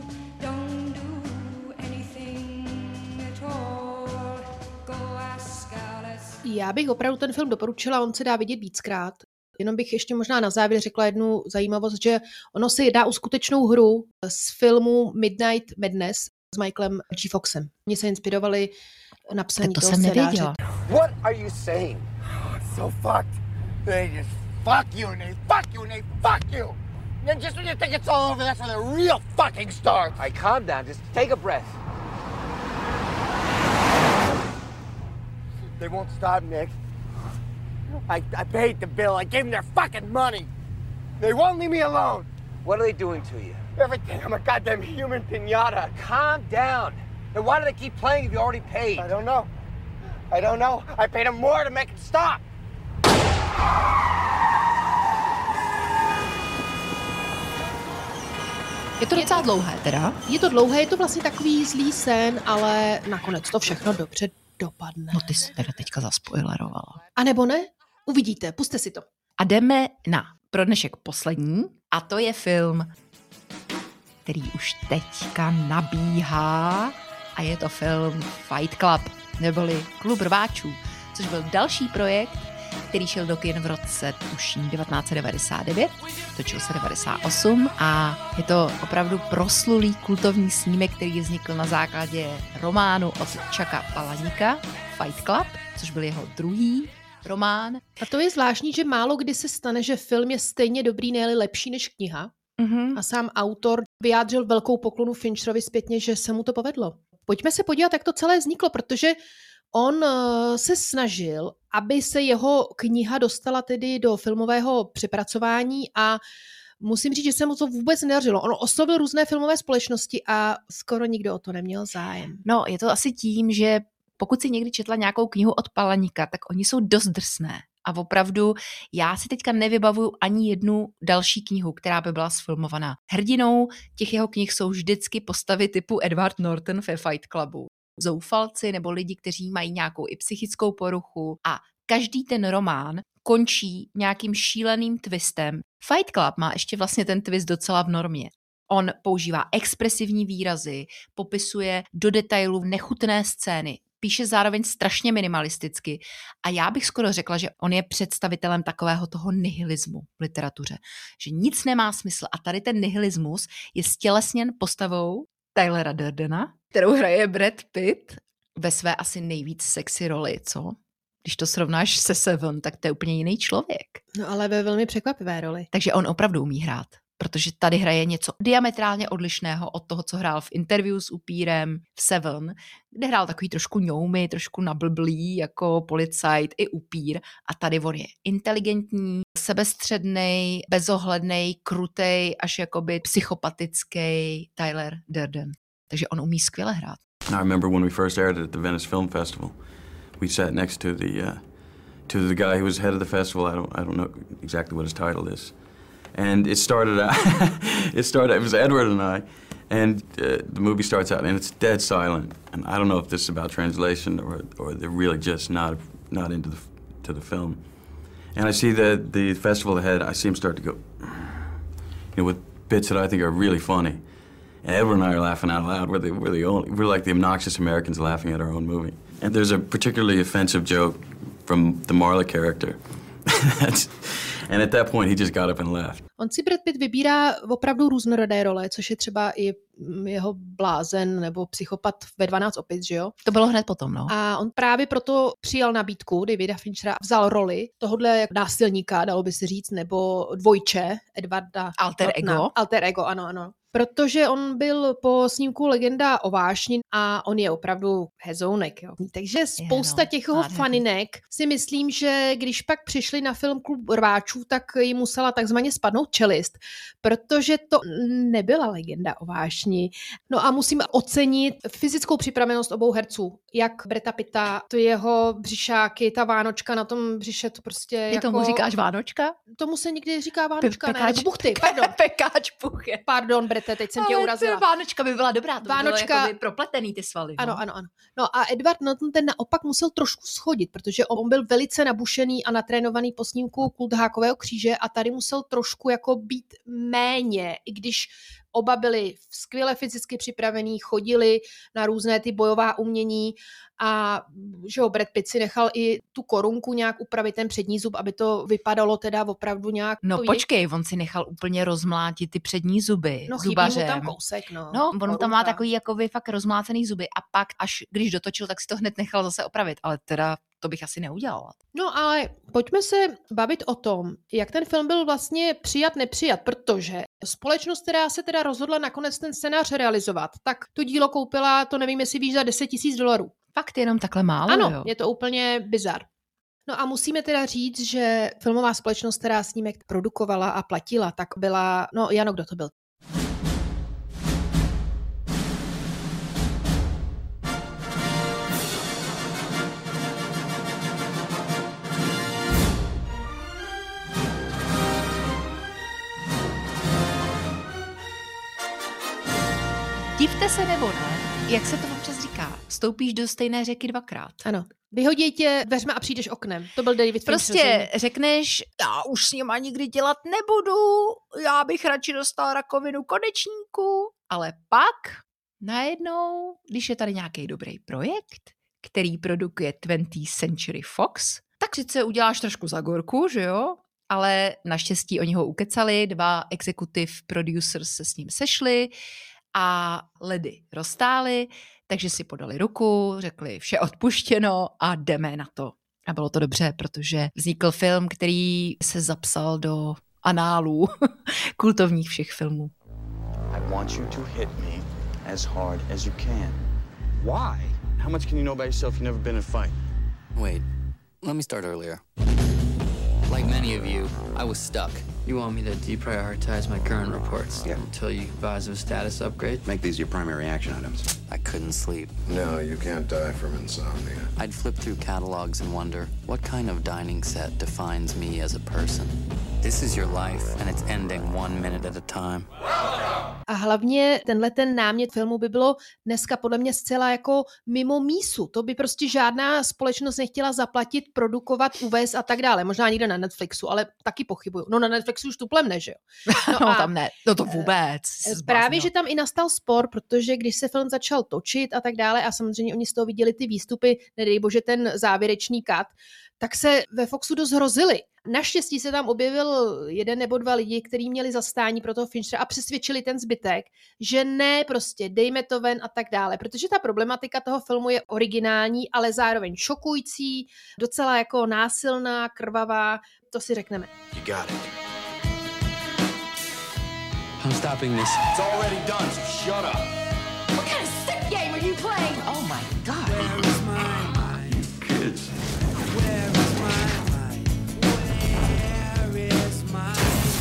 don't do anything at all. Go ask Alice. Já bych opravdu ten film doporučila, on se dá vidět víckrát. Jenom bych ještě možná na závěr řekla jednu zajímavost, že ono se jedná o skutečnou hru z filmu Midnight Madness s Michaelem G. Foxem. Oni se inspirovali na psaní to toho jsem scénáře. nevěděla. What are you saying? Oh, it's so fucked. They just fuck you and they fuck you and they fuck you. And just when you think it's all over, that's when the real fucking starts. All right, calm down. Just take a breath. They won't stop, Nick. I, I paid the bill. I gave them their fucking money. They won't leave me alone. What are they doing to you? Everything. I'm a goddamn human pinata. Calm down. Then why do they keep playing if you already paid? I don't know. I don't know. I paid them more to make them stop. Je to docela dlouhé teda? Je to dlouhé, je to vlastně takový zlý sen, ale nakonec to všechno dobře dopadne. No ty jsi teda teďka zaspoilerovala. A nebo ne? Uvidíte, puste si to. A jdeme na pro dnešek poslední a to je film, který už teďka nabíhá a je to film Fight Club, neboli Klub rváčů, což byl další projekt, který šel do kin v roce, tuším, devatenáct set devadesát devět, točil se devadesát osm a je to opravdu proslulý kultovní snímek, který vznikl na základě románu od Chucka Palahniuka, Fight Club, což byl jeho druhý román. A to je zvláštní, že málo kdy se stane, že film je stejně dobrý, ne lepší než kniha. Mm-hmm. A sám autor vyjádřil velkou poklonu Fincherovi zpětně, že se mu to povedlo. Pojďme se podívat, jak to celé vzniklo, protože on se snažil, aby se jeho kniha dostala tedy do filmového přepracování a musím říct, že se mu to vůbec nedařilo. On oslovil různé filmové společnosti a skoro nikdo o to neměl zájem. No, je to asi tím, že pokud si někdy četla nějakou knihu od Palaníka, tak oni jsou dost drsné. A opravdu já si teďka nevybavuju ani jednu další knihu, která by byla sfilmovaná. Hrdinou těch jeho knih jsou vždycky postavy typu Edward Norton ve Fight Clubu. Zoufalci nebo lidi, kteří mají nějakou i psychickou poruchu a každý ten román končí nějakým šíleným twistem. Fight Club má ještě vlastně ten twist docela v normě. On používá expresivní výrazy, popisuje do detailu nechutné scény, píše zároveň strašně minimalisticky a já bych skoro řekla, že on je představitelem takového toho nihilismu v literatuře, že nic nemá smysl a tady ten nihilismus je stělesněn postavou Tylera Durdena, kterou hraje Brad Pitt ve své asi nejvíc sexy roli, co? Když to srovnáš se Seven, tak to je úplně jiný člověk. No ale ve velmi překvapivé roli. Takže on opravdu umí hrát, protože tady hraje něco diametrálně odlišného od toho, co hrál v Interview s upírem v Seven, kde hrál takový trošku ňoumy, trošku nablblý jako policajt i upír a tady on je inteligentní, sebestřednej, bezohlednej, krutej, až jakoby psychopatický Tyler Durden. Takže on umí skvěle hrát. I remember when we first aired it at the Venice Film Festival. We sat next to the uh, to the guy who was head of the festival. I don't I don't know exactly what his title is. And it started out it started it was Edward and I, and uh, the movie starts out and it's dead silent. And I don't know if this is about translation or or they're really just not not into the to the film. And I see the the festival head, I see him start to go, you know, with bits that I think are really funny. And Edward and I are laughing out loud. We're the, we're the only, we're like the obnoxious Americans laughing at our own movie. And there's a particularly offensive joke from the Marla character. And at that point he just got up and left. On si Brad Pitt vybírá opravdu různorodé role, což je třeba i jeho blázen nebo psychopat ve dvanáct opic, že jo? To bylo hned potom, no. A on právě proto přijal nabídku Davida Finchera, vzal roli tohodle násilníka, dalo by se říct, nebo dvojče Edwarda. Alter Nortona. ego. Alter ego, ano, ano. Protože on byl po snímku Legenda o vášni a on je opravdu hezounek. Jo. Takže spousta je, no, těch jeho faninek si myslím, že když pak přišli na film Klub rváčů, tak jim musela takzvaně spadnout čelist, protože to nebyla Legenda o vášni. No a musíme ocenit fyzickou připravenost obou herců. Jak Brada Pitta, to jeho břišáky, ta vánočka na tom břiše, to prostě Ty jako... tomu říkáš vánočka? Tomu se někdy říká vánočka, Pe- ne? pekáč, Nebo buchty, pardon. Pekáč puchy. Pardon, Brete, teď jsem tě urazila. Vánočka by byla dobrá, to Vánočka... by bylo jakoby propletený ty svaly. No? Ano, ano, ano. No a Edward Norton ten naopak musel trošku schodit, protože on byl velice nabušený a natrénovaný po snímku Kult hákového kříže a tady musel trošku jako být méně, i když oba byli skvěle fyzicky připravení, chodili na různé ty bojová umění a že ho Brad Pitt si nechal i tu korunku nějak upravit, ten přední zub, aby to vypadalo teda opravdu nějak... No to počkej, on si nechal úplně rozmlátit ty přední zuby no, zubařem. No chybí mu tam kousek, no. No, on korunka. tam má takový jako fakt rozmlácený zuby a pak až když dotočil, tak si to hned nechal zase opravit, ale teda to bych asi neudělala. No ale pojďme se bavit o tom, jak ten film byl vlastně přijat, nepřijat, protože společnost, která se teda rozhodla nakonec ten scénář realizovat, tak to dílo koupila, to nevím, jestli víš, za deset tisíc dolarů. Fakt jenom takhle málo, ano, jo? Je to úplně bizar. No a musíme teda říct, že filmová společnost, která snímek produkovala a platila, tak byla, no Jano, kdo to byl? Divte se nebo ne, jak se to občas říká, vstoupíš do stejné řeky dvakrát. Ano. Vyhodí tě dveřma a přijdeš oknem. To byl David Fincher. Prostě řekneš, já už s nima nikdy dělat nebudu, já bych radši dostal rakovinu konečníku, ale pak najednou, když je tady nějaký dobrý projekt, který produkuje twentieth Century Fox, tak sice uděláš trošku zagorku, že jo? Ale naštěstí oni ho ukecali, dva executive producers se s ním sešli a ledy roztáli, takže si podali ruku, řekli vše odpuštěno a jdeme na to. A bylo to dobře, protože vznikl film, který se zapsal do análů kultovních všech filmů. I want you to hit me as hard as you can. Why? How much can you know about yourself? You've never been in a fight. Wait, let me start earlier. Like many of you, I was stuck. You want me to deprioritize my current reports yeah. until you advise of a status upgrade? Make these your primary action items. I couldn't sleep. No, you can't die from insomnia. I'd flip through catalogs and wonder, what kind of dining set defines me as a person? This is your life, and it's ending one minute at a time. A hlavně tenhle ten námět filmu by bylo dneska podle mě zcela jako mimo mísu. To by prostě žádná společnost nechtěla zaplatit, produkovat, uvést a tak dále. Možná někde na Netflixu, ale taky pochybuju. No na Netflixu už tuplem ne, že jo? No, no tam ne, no to vůbec. Právě, že tam i nastal spor, protože když se film začal točit a tak dále a samozřejmě oni z toho viděli ty výstupy, nedej bože ten závěrečný cut, tak se ve Foxu dost hrozili. Naštěstí se tam objevil jeden nebo dva lidi, kteří měli zastání pro toho Finchera a přesvědčili ten zbytek, že ne, prostě dejme to ven a tak dále, protože ta problematika toho filmu je originální, ale zároveň šokující, docela jako násilná, krvavá, to si řekneme. You got it. I'm stopping this. It's already done, so shut up. What kind of sick game are you playing? Oh my God. Where is my mind? Kids. Where is my mind? Where is my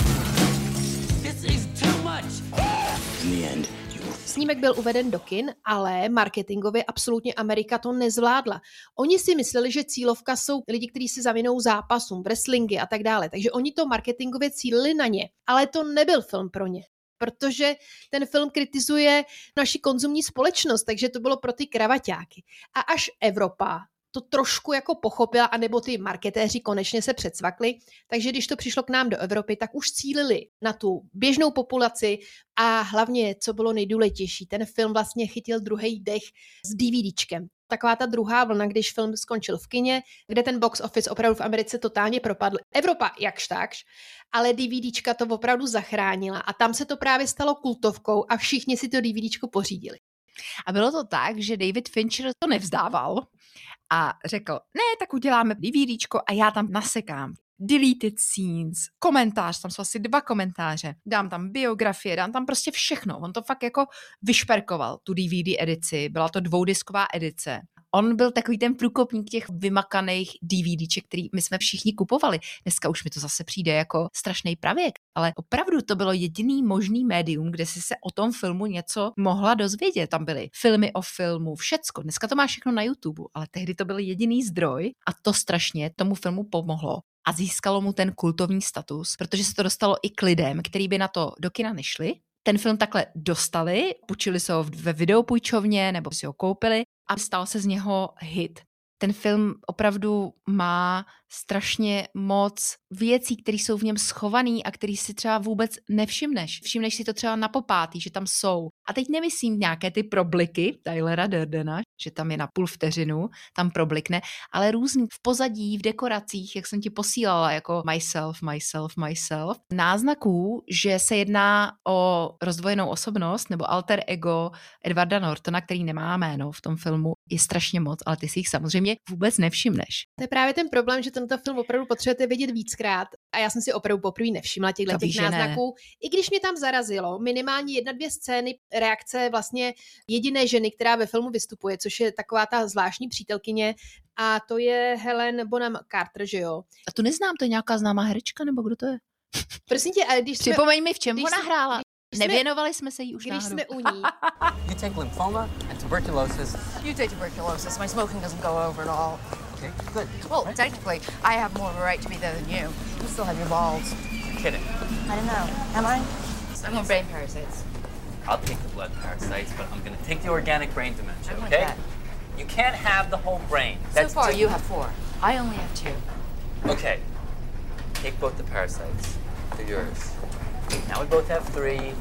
mind? This is too much. In the end, Snímek byl uveden do kin, ale marketingově absolutně Amerika to nezvládla. Oni si mysleli, že cílovka jsou lidi, kteří se zavinou zápasům, wrestlingy a tak dále, takže oni to marketingově cílili na ně, ale to nebyl film pro ně. Protože ten film kritizuje naši konzumní společnost, takže to bylo pro ty kravaťáky. A až Evropa to trošku jako pochopila, anebo ty marketéři konečně se předsvakli, takže když to přišlo k nám do Evropy, tak už cílili na tu běžnou populaci a hlavně, co bylo nejdůležitější, ten film vlastně chytil druhý dech s DVDčkem. Taková ta druhá vlna, když film skončil v kině, kde ten box office opravdu v Americe totálně propadl. Evropa jakž takž, ale DVDčka to opravdu zachránila a tam se to právě stalo kultovkou a všichni si to DVDčko pořídili. A bylo to tak, že David Fincher to nevzdával a řekl, ne, tak uděláme DVDčko a já tam nasekám deleted scenes, komentář, tam jsou asi dva komentáře, dám tam biografie, dám tam prostě všechno. On to fakt jako vyšperkoval, tu D V D edici, byla to dvoudisková edice. On byl takový ten průkopník těch vymakaných DVDček, který my jsme všichni kupovali. Dneska už mi to zase přijde jako strašný pravěk, ale opravdu to bylo jediný možný médium, kde si se o tom filmu něco mohla dozvědět. Tam byly filmy o filmu, všecko. Dneska to má všechno na YouTube, ale tehdy to byl jediný zdroj a to strašně tomu filmu pomohlo. A získalo mu ten kultovní status, protože se to dostalo i k lidem, který by na to do kina nešli. Ten film takhle dostali, půjčili se ho ve videopůjčovně nebo si ho koupili a stal se z něho hit. Ten film opravdu má strašně moc věcí, které jsou v něm schovaný a který si třeba vůbec nevšimneš. Všimneš si to třeba na popátý, že tam jsou. A teď nemyslím nějaké ty probliky Tylera Durdena, že tam je na půl vteřinu, tam problikne, ale různý v pozadí, v dekoracích, jak jsem ti posílala, jako myself, myself, myself. Náznaků, že se jedná o rozdvojenou osobnost nebo alter ego Edwarda Nortona, který nemá jméno v tom filmu, je strašně moc, ale ty si jich samozřejmě vůbec nevšimneš. To je právě ten problém, že tento film opravdu potřebujete vidět víckrát a já jsem si opravdu poprvé nevšimla těchto těch náznaků. I když mě tam zarazilo minimálně jedna, dvě scény reakce vlastně jediné ženy, která ve filmu vystupuje, což je taková ta zvláštní přítelkyně a to je Helen Bonham Carter, že jo? A tu neznám, to je nějaká známá herečka, nebo kdo to je? Prosím tě, ale když jsme... Připomeň mi, v čem ona hrála. Jsme, Nevěnovali jsme se jí už když náhodou. jsme u ní. You take lymphoma and tuberculosis. You take tuberculosis. My smoking doesn't go over at all. Okay, good. Well, technically, I have more of a right to be there than you. You still have your balls. You're kidding. I don't know. Am I? I'm on brain parasites. I'll take the blood parasites, but I'm going to take the organic brain dementia, I'm okay? like You can't have the whole brain. So far, you have four. I only have two. Okay. Take both the parasites. They're yours. Now we both have three.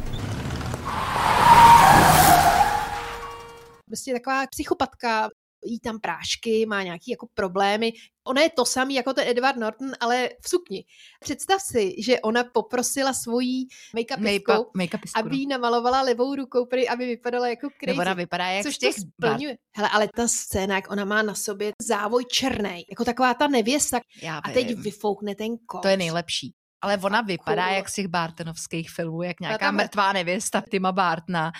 Prostě taková psychopatka, jí tam prášky, má nějaký jako problémy. Ona je to samý jako ten Edward Norton, ale v sukni. Představ si, že ona poprosila svojí make-upistku, make aby jí namalovala levou rukou, prý, aby vypadala jako crazy. Nebo ona vypadá jak což z těch to splňuje. Hele, ale ta scéna, jak ona má na sobě závoj černej, jako taková ta nevěsta. Já a teď vyfoukne ten kos. To je nejlepší. Ale ona vypadá jak z těch Bartonovských filmů, jak nějaká tam... mrtvá nevěsta Tima Bartona.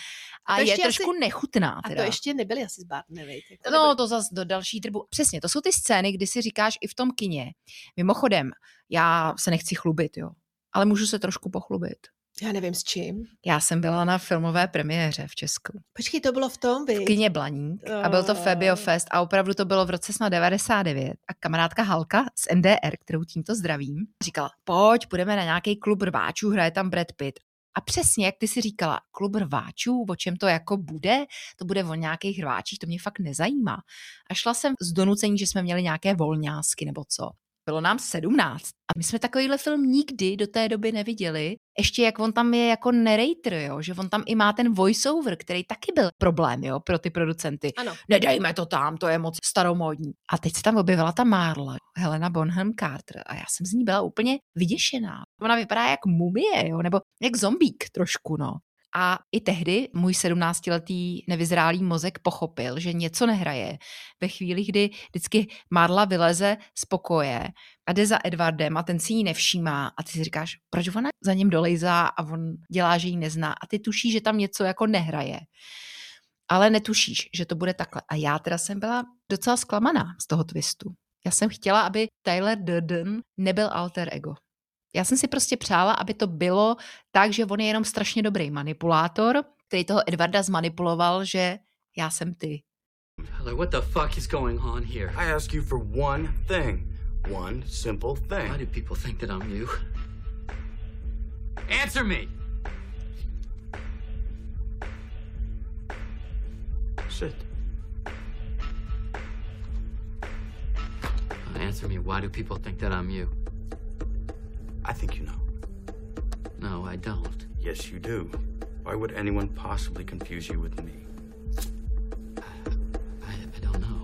A To je ještě trošku asi- nechutná A to teda. ještě nebyli asi zbárny, vejt. Jako No, to zas do další drbu. Přesně, to jsou ty scény, kdy si říkáš i v tom kině. Mimochodem, já se nechci chlubit, jo, ale můžu se trošku pochlubit. Já nevím s čím. Já jsem byla na filmové premiéře v Česku. Počkej, to bylo v tom, vy? V kině Blaník a byl to Fabio Fest a opravdu to bylo v roce snad devadesát devět a kamarádka Halka z N D R, kterou tímto zdravím, říkala, pojď, půjdeme na nějaký klub rváčů, hraje tam Brad Pitt. A přesně, jak ty si říkala, klub rváčů, o čem to jako bude, to bude o nějakých rváčích, to mě fakt nezajímá. A šla jsem z donucení, že jsme měli nějaké volňásky nebo co. Bylo nám sedmnáct a my jsme takovýhle film nikdy do té doby neviděli. Ještě jak on tam je jako narrator, jo? Že on tam i má ten voiceover, který taky byl problém, jo, pro ty producenty. Ano. Nedejme to tam, to je moc staromódní. A teď se tam objevila ta Marla, Helena Bonham Carter a já jsem z ní byla úplně vyděšená. Ona vypadá jak mumie, jo, nebo jak zombík trošku, no. A i tehdy můj sedmnáctiletý nevyzrálý mozek pochopil, že něco nehraje. Ve chvíli, kdy vždycky Marla vyleze z pokoje a jde za Edwardem a ten si ji nevšímá a ty si říkáš, proč ona za ním dolejzá a on dělá, že ji nezná a ty tušíš, že tam něco jako nehraje. Ale netušíš, že to bude takhle. A já teda jsem byla docela zklamaná z toho twistu. Já jsem chtěla, aby Tyler Durden nebyl alter ego. Já jsem si prostě přála, aby to bylo tak, že on je jenom strašně dobrý manipulátor, který toho Edwarda zmanipuloval, že já jsem ty. Tyler, what the fuck is going on here? I ask you for one thing. One simple thing. Why do people think that I'm you? Answer me! Sit. Answer me, why do people think that I'm you? I think you know. No, I don't. Yes, you do. Why would anyone possibly confuse you with me? I, I don't know.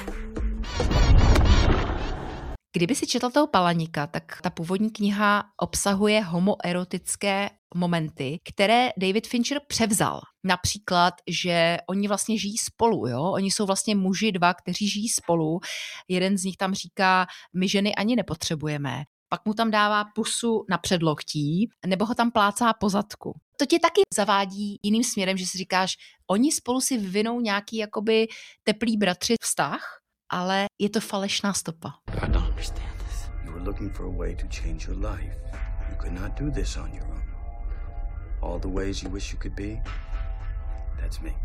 Kdyby si četl toho Palaníka, tak ta původní kniha obsahuje homoerotické momenty, které David Fincher převzal. Například, že oni vlastně žijí spolu, jo? Oni jsou vlastně muži dva, kteří žijí spolu. Jeden z nich tam říká, my ženy ani nepotřebujeme. Pak mu tam dává pusu na předloktí, nebo ho tam plácá po zadku. To tě taky zavádí jiným směrem, že si říkáš, oni spolu si vyvinou nějaký jakoby teplý bratři vztah, ale je to falešná stopa. I don't understand this. You were looking for a way to change your life. You could not do this on your own. All the ways you wish you could be, that's me.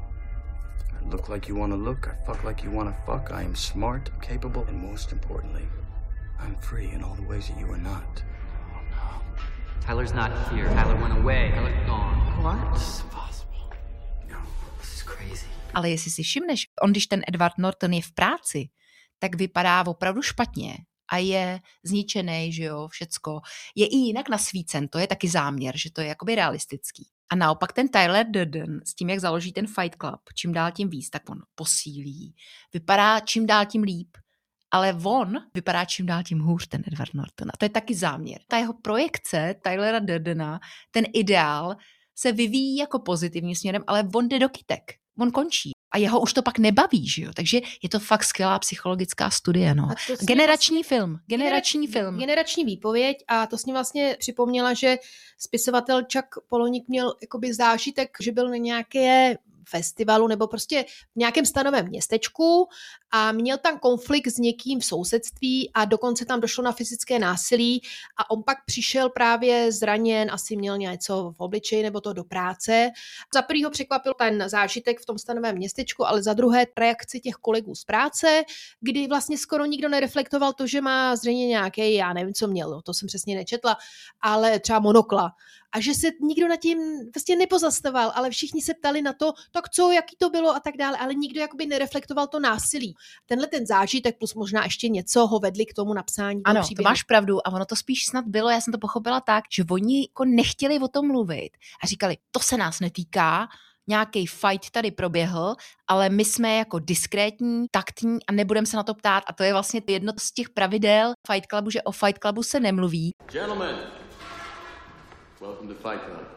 I look like you want to look, I fuck like you want to fuck, I am smart, capable, and most importantly, I'm free in all the ways that you are not. Oh no. Tyler's not here. Tyler went away. Tyler's gone. What? This is impossible. No, this is crazy. Ale jestli si všimneš, on když ten Edward Norton je v práci, tak vypadá opravdu špatně a je zničený, že jo, všecko. Je i jinak nasvícen, to je taky záměr, že to je jakoby realistický. A naopak ten Tyler Durden s tím, jak založí ten Fight Club, čím dál tím víc, tak on posílí. Vypadá čím dál tím líp. Ale on vypadá čím dál tím hůř, ten Edward Norton. A to je taky záměr. Ta jeho projekce Tylera Durdena, ten ideál, se vyvíjí jako pozitivním směrem, ale on jde do kytek. On končí. A jeho už to pak nebaví, že jo? Takže je to fakt skvělá psychologická studie, no. Generační vlastně, film. Generační generační, film. Generační výpověď a to s ním vlastně připomněla, že spisovatel Chuck Palahniuk měl jakoby zážitek, že byl na nějaké festivalu nebo prostě v nějakém stanovém městečku a měl tam konflikt s někým v sousedství a dokonce tam došlo na fyzické násilí a on pak přišel právě zraněn, asi měl něco v obličeji nebo to do práce. Za prvý ho překvapil ten zážitek v tom stanovém městečku, ale za druhé reakci těch kolegů z práce, kdy vlastně skoro nikdo nereflektoval to, že má zřejmě nějaký, já nevím, co měl, to jsem přesně nečetla, ale třeba monokla. A že se nikdo nad tím vlastně nepozastoval, ale všichni se ptali na to, tak co, jaký to bylo a tak dále, ale nikdo jakoby nereflektoval to násilí. Tenhle ten zážitek plus možná ještě něco ho vedli k tomu napsání toho ano, příběhu. To máš pravdu a ono to spíš snad bylo, já jsem to pochopila tak, že oni jako nechtěli o tom mluvit a říkali, to se nás netýká, nějaký fight tady proběhl, ale my jsme jako diskrétní, taktní a nebudeme se na to ptát a to je vlastně jedno z těch pravidel Fight Clubu, že o Fight Clubu se nemluví. Gentlemen, welcome to Fight Club.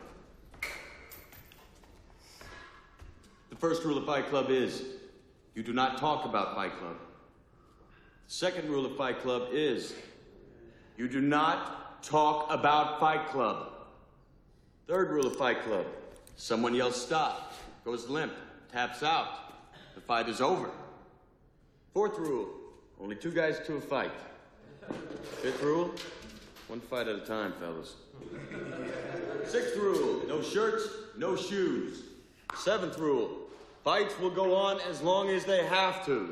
The first rule of Fight Club is you do not talk about Fight Club. The second rule of Fight Club is you do not talk about Fight Club. Third rule of Fight Club, someone yells stop. goes limp, taps out. The fight is over. Fourth rule, only two guys to a fight. Fifth rule, one fight at a time, fellas. Sixth rule, no shirts, no shoes. Seventh rule, fights will go on as long as they have to.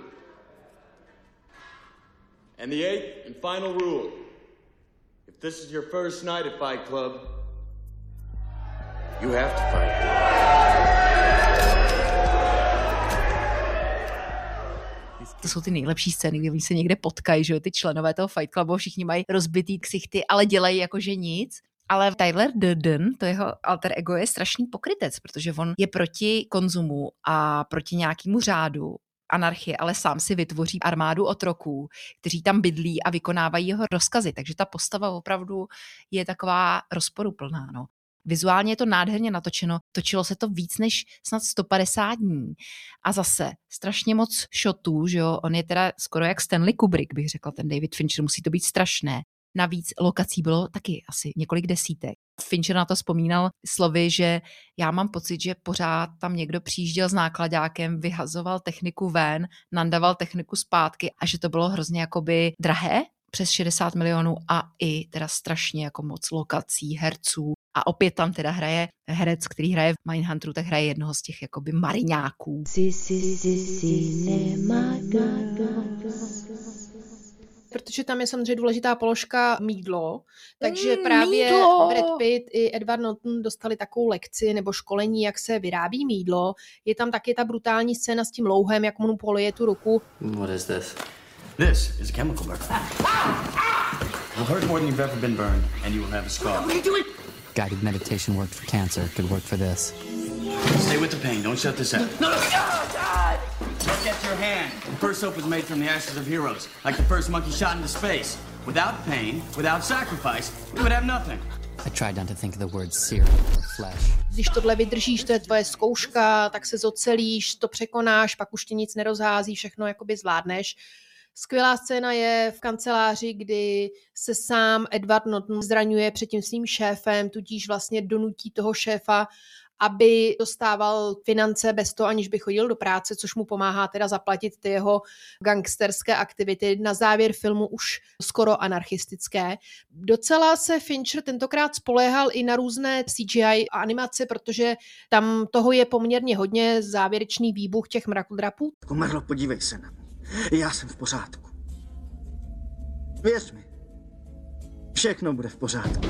And the eighth and final rule, if this is your first night at Fight Club, you have to fight. To jsou ty nejlepší scény, kdy oni se někde potkají, že jo, ty členové toho Fight Clubu, všichni mají rozbitý ksichty, ale dělají jakože nic. Ale Tyler Durden, to jeho alter ego, je strašný pokrytec, protože on je proti konzumu a proti nějakému řádu, anarchie, ale sám si vytvoří armádu otroků, kteří tam bydlí a vykonávají jeho rozkazy. Takže ta postava opravdu je taková rozporuplná. No. Vizuálně je to nádherně natočeno, točilo se to víc než snad sto padesát dní a zase strašně moc shotů, že jo, on je teda skoro jak Stanley Kubrick, bych řekla, ten David Fincher, musí to být strašné. Navíc lokací bylo taky asi několik desítek. Fincher na to vzpomínal slovy, že já mám pocit, že pořád tam někdo přijížděl s nákladákem, vyhazoval techniku ven, nandával techniku zpátky a že to bylo hrozně jakoby drahé, přes šedesát milionů a i teda strašně jako moc lokací, herců. A opět tam teda hraje herec, který hraje v Mindhunteru, tak hraje jednoho z těch jakoby mariňáků. Protože tam je samozřejmě důležitá položka mýdlo, takže Mm, právě mýdlo. Brad Pitt i Edward Norton dostali takovou lekci nebo školení, jak se vyrábí mýdlo. Je tam taky ta brutální scéna s tím louhem, jak mu polije tu ruku. What is this? This is a chemical burn. It'll hurt more than you've ever been burned, and you will have a scar. What are you doing? Guided meditation worked for cancer. Could work for this. Stay with the pain. Don't shut this out. No, no. Look at your hand. The first soap was made from the ashes of heroes, like the first monkey shot into space. Without pain, without sacrifice, you would have nothing. I tried not to think of the word serum or flesh. Když tohle vydržíš, to je tvoje zkouška, tak se zocelíš, to překonáš, pak už tě nic nerozhází, všechno jakoby zvládneš. Skvělá scéna je v kanceláři, kdy se sám Edward Norton zraňuje před tím svým šéfem, tudíž vlastně donutí toho šéfa, aby dostával finance bez toho, aniž by chodil do práce, což mu pomáhá teda zaplatit ty jeho gangsterské aktivity. Na závěr filmu už skoro anarchistické. Docela se Fincher tentokrát spoléhal i na různé C G I a animace, protože tam toho je poměrně hodně, závěrečný výbuch těch mrakodrapů. Kumerlo, podívej se na mě. Já jsem v pořádku. Věř mi. Všechno bude v pořádku.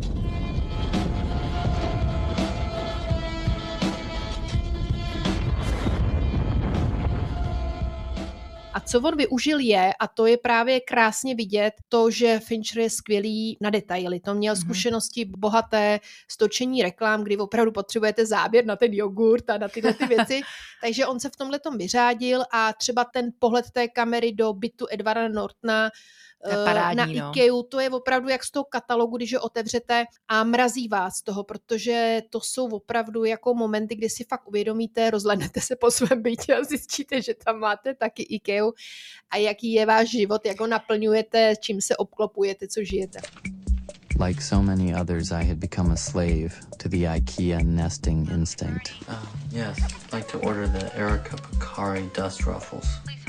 A co on využil je, a to je právě krásně vidět, to, že Fincher je skvělý na detaily. To měl zkušenosti bohaté z točení reklam, kdy opravdu potřebujete záběr na ten jogurt a na tyhle ty věci. Takže on se v tomhletom vyřádil a třeba ten pohled té kamery do bytu Edwarda Nortona parádní, na no. IKEA, to je opravdu jak z toho katalogu, když ho otevřete a mrazí vás z toho, protože to jsou opravdu jako momenty, kdy si fakt uvědomíte, rozhlédnete se po svém bytě a zjistíte, že tam máte taky IKEA a jaký je váš život, jak ho naplňujete, čím se obklopujete, co žijete. Like so many others, I had become a slave to the IKEA nesting instinct. Oh, yes. I'd like to order the Erica Picari dust ruffles.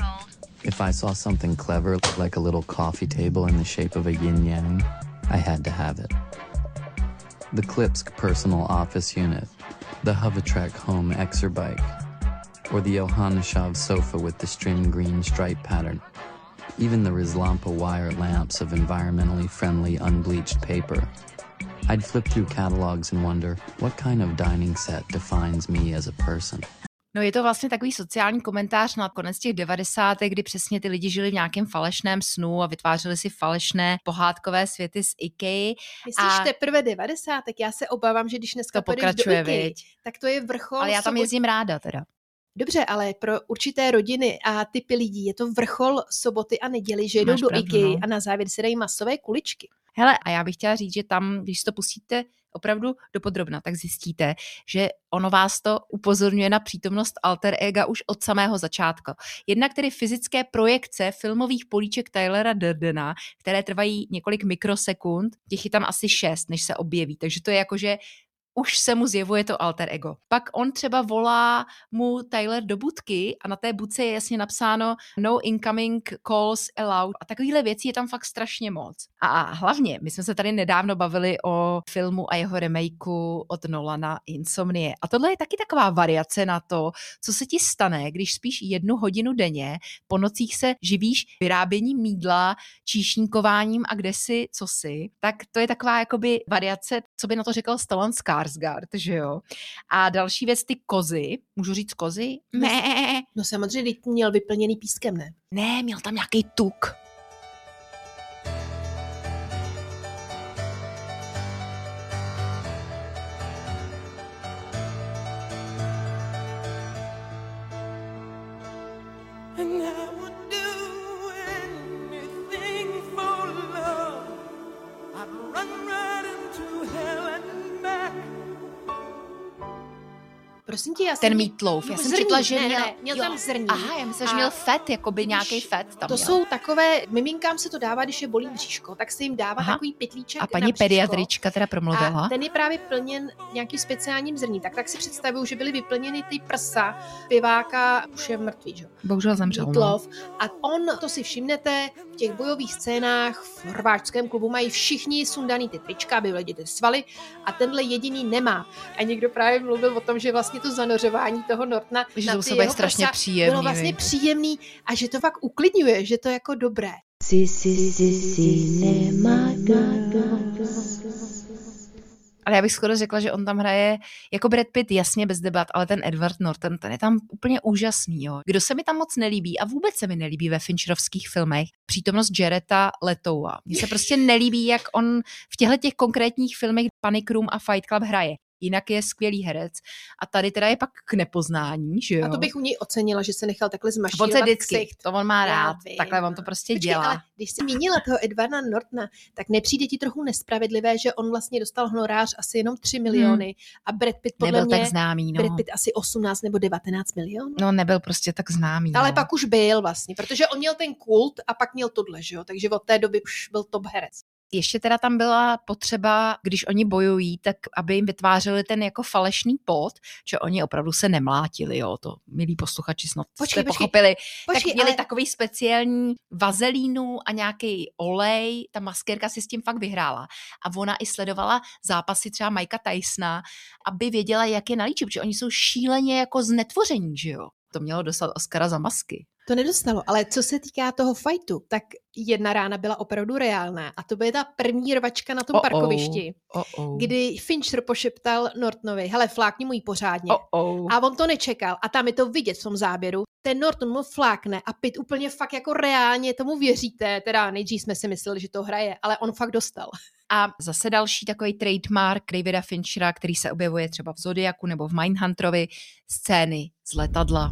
If I saw something clever, like a little coffee table in the shape of a yin-yang, I had to have it. The Klipsk personal office unit, the Hovatrek home Exerbike, or the Yohaneshov sofa with the string green stripe pattern. Even the Rizlampa wire lamps of environmentally friendly unbleached paper. I'd flip through catalogs and wonder, what kind of dining set defines me as a person? No je to vlastně takový sociální komentář na konec těch devadesátek, kdy přesně ty lidi žili v nějakém falešném snu a vytvářeli si falešné pohádkové světy z IKEA. Myslíš a teprve devadesátek? Já se obávám, že když dneska to půjdeš do pokračuje, IKEA, viď? tak to je vrchol. Ale já tam sobot- jezdím ráda teda. Dobře, ale pro určité rodiny a typy lidí je to vrchol soboty a neděli, že jdou Máš do pravdu, IKEA no. a na závěr si dají masové kuličky. Hele, a já bych chtěla říct, že tam, když to pustíte opravdu dopodrobna, tak zjistíte, že ono vás to upozorňuje na přítomnost alter ega už od samého začátku. Jednak tedy fyzické projekce filmových políček Tylera Durdena, které trvají několik mikrosekund, těch je tam asi šest, než se objeví. Takže to je jako, že už se mu zjevuje to alter ego. Pak on třeba volá mu Tyler do budky a na té budce je jasně napsáno no incoming calls allowed a takovýhle věcí je tam fakt strašně moc. A hlavně, my jsme se tady nedávno bavili o filmu a jeho remakeu od Nolana Insomnie. A tohle je taky taková variace na to, co se ti stane, když spíš jednu hodinu denně, po nocích se živíš vyráběním mýdla, číšníkováním a kdesi, co si. Tak to je taková jakoby variace, co by na to řekl Stellan Skarsgård, že jo. A další věc, ty kozy, můžu říct kozy? Ne. No samozřejmě měl vyplněný pískem, ne? Ne, měl tam nějaký tuk. Prosím tě, já ten Meatloaf. Já jsem zrní, četla, že ne, měl, ne, měl jo. tam zrní. Aha, já myslím, že měl fet, jakoby nějaký fet tam To měl. jsou takové, miminkám se to dává, když je bolí břiško, tak se jim dává Aha. takový pytlíček A na paní břiško. pediatrička teda promluvila. A ten je právě plněn nějakým speciálním zrním. Tak tak si představuju, že byly vyplněny ty prsa zpěváka, už je mrtvý, že? Bohužel zemřel. Meatloaf. A on, to si všimnete, v těch bojových scénách v rváčském klubu mají všichni sundaný ty trička, aby viděli ty svaly a tenhle jediný nemá. A někdo právě mluvil o tom, že vlastně to zanořování toho Nortona Že na to ty muselo být jeho strašně prsa příjemný, bylo vlastně viď? příjemný a že to fakt uklidňuje, že to je jako dobré. Si, si, si, cinema goes. Ale já bych skoro řekla, že on tam hraje jako Brad Pitt, jasně bez debat, ale ten Edward Norton, ten je tam úplně úžasný. Jo. Kdo se mi tam moc nelíbí a vůbec se mi nelíbí ve Fincherovských filmech, přítomnost Jareta Letoua. Mně se prostě nelíbí, jak on v těchto těch konkrétních filmech Panic Room a Fight Club hraje. Jinak je skvělý herec. A tady teda je pak k nepoznání, že jo? A to bych u něj ocenila, že se nechal takhle zmašírovat. On se vždycky, ksicht. to on má Já rád, vím, takhle on no. to prostě Počkej, dělá. Ale když jsi mínila toho Edwarda Nortona, tak nepřijde ti trochu nespravedlivé, že on vlastně dostal honorář asi jenom tři miliony hmm. a Brad Pitt podle Nebyl mě, tak známý, no. Brad Pitt asi osmnáct nebo devatenáct milionů. No nebyl prostě tak známý. Ale no. pak už byl vlastně, protože on měl ten kult a pak měl tohle, že jo? Takže od té doby už byl top herec. Ještě teda tam byla potřeba, když oni bojují, tak aby jim vytvářeli ten jako falešný pot, že oni opravdu se nemlátili, jo, to milí posluchači snad Počkej, jste počkej, pochopili. počkej, tak měli ale- takový speciální vazelínu a nějaký olej, ta maskérka si s tím fakt vyhrála. A ona i sledovala zápasy třeba Mikea Tysona, aby věděla, jak je nalíčit, protože oni jsou šíleně jako znetvoření, že jo. To mělo dostat Oscara za masky. To nedostalo, ale co se týká toho fightu, tak jedna rána byla opravdu reálná a to byla ta první rvačka na tom Oh, oh. parkovišti, Oh, oh. kdy Fincher pošeptal Nortonovi, hele, flákni mu jí pořádně. Oh, oh. A on to nečekal a tam je to vidět v tom záběru. Ten Norton mu flákne a Pitt úplně fakt jako reálně tomu věříte, teda nejdřív jsme si mysleli, že to hraje, ale on fakt dostal. A zase další takový trademark Davida Finchera, který se objevuje třeba v Zodiaku nebo v Mindhunterovi, scény z letadla.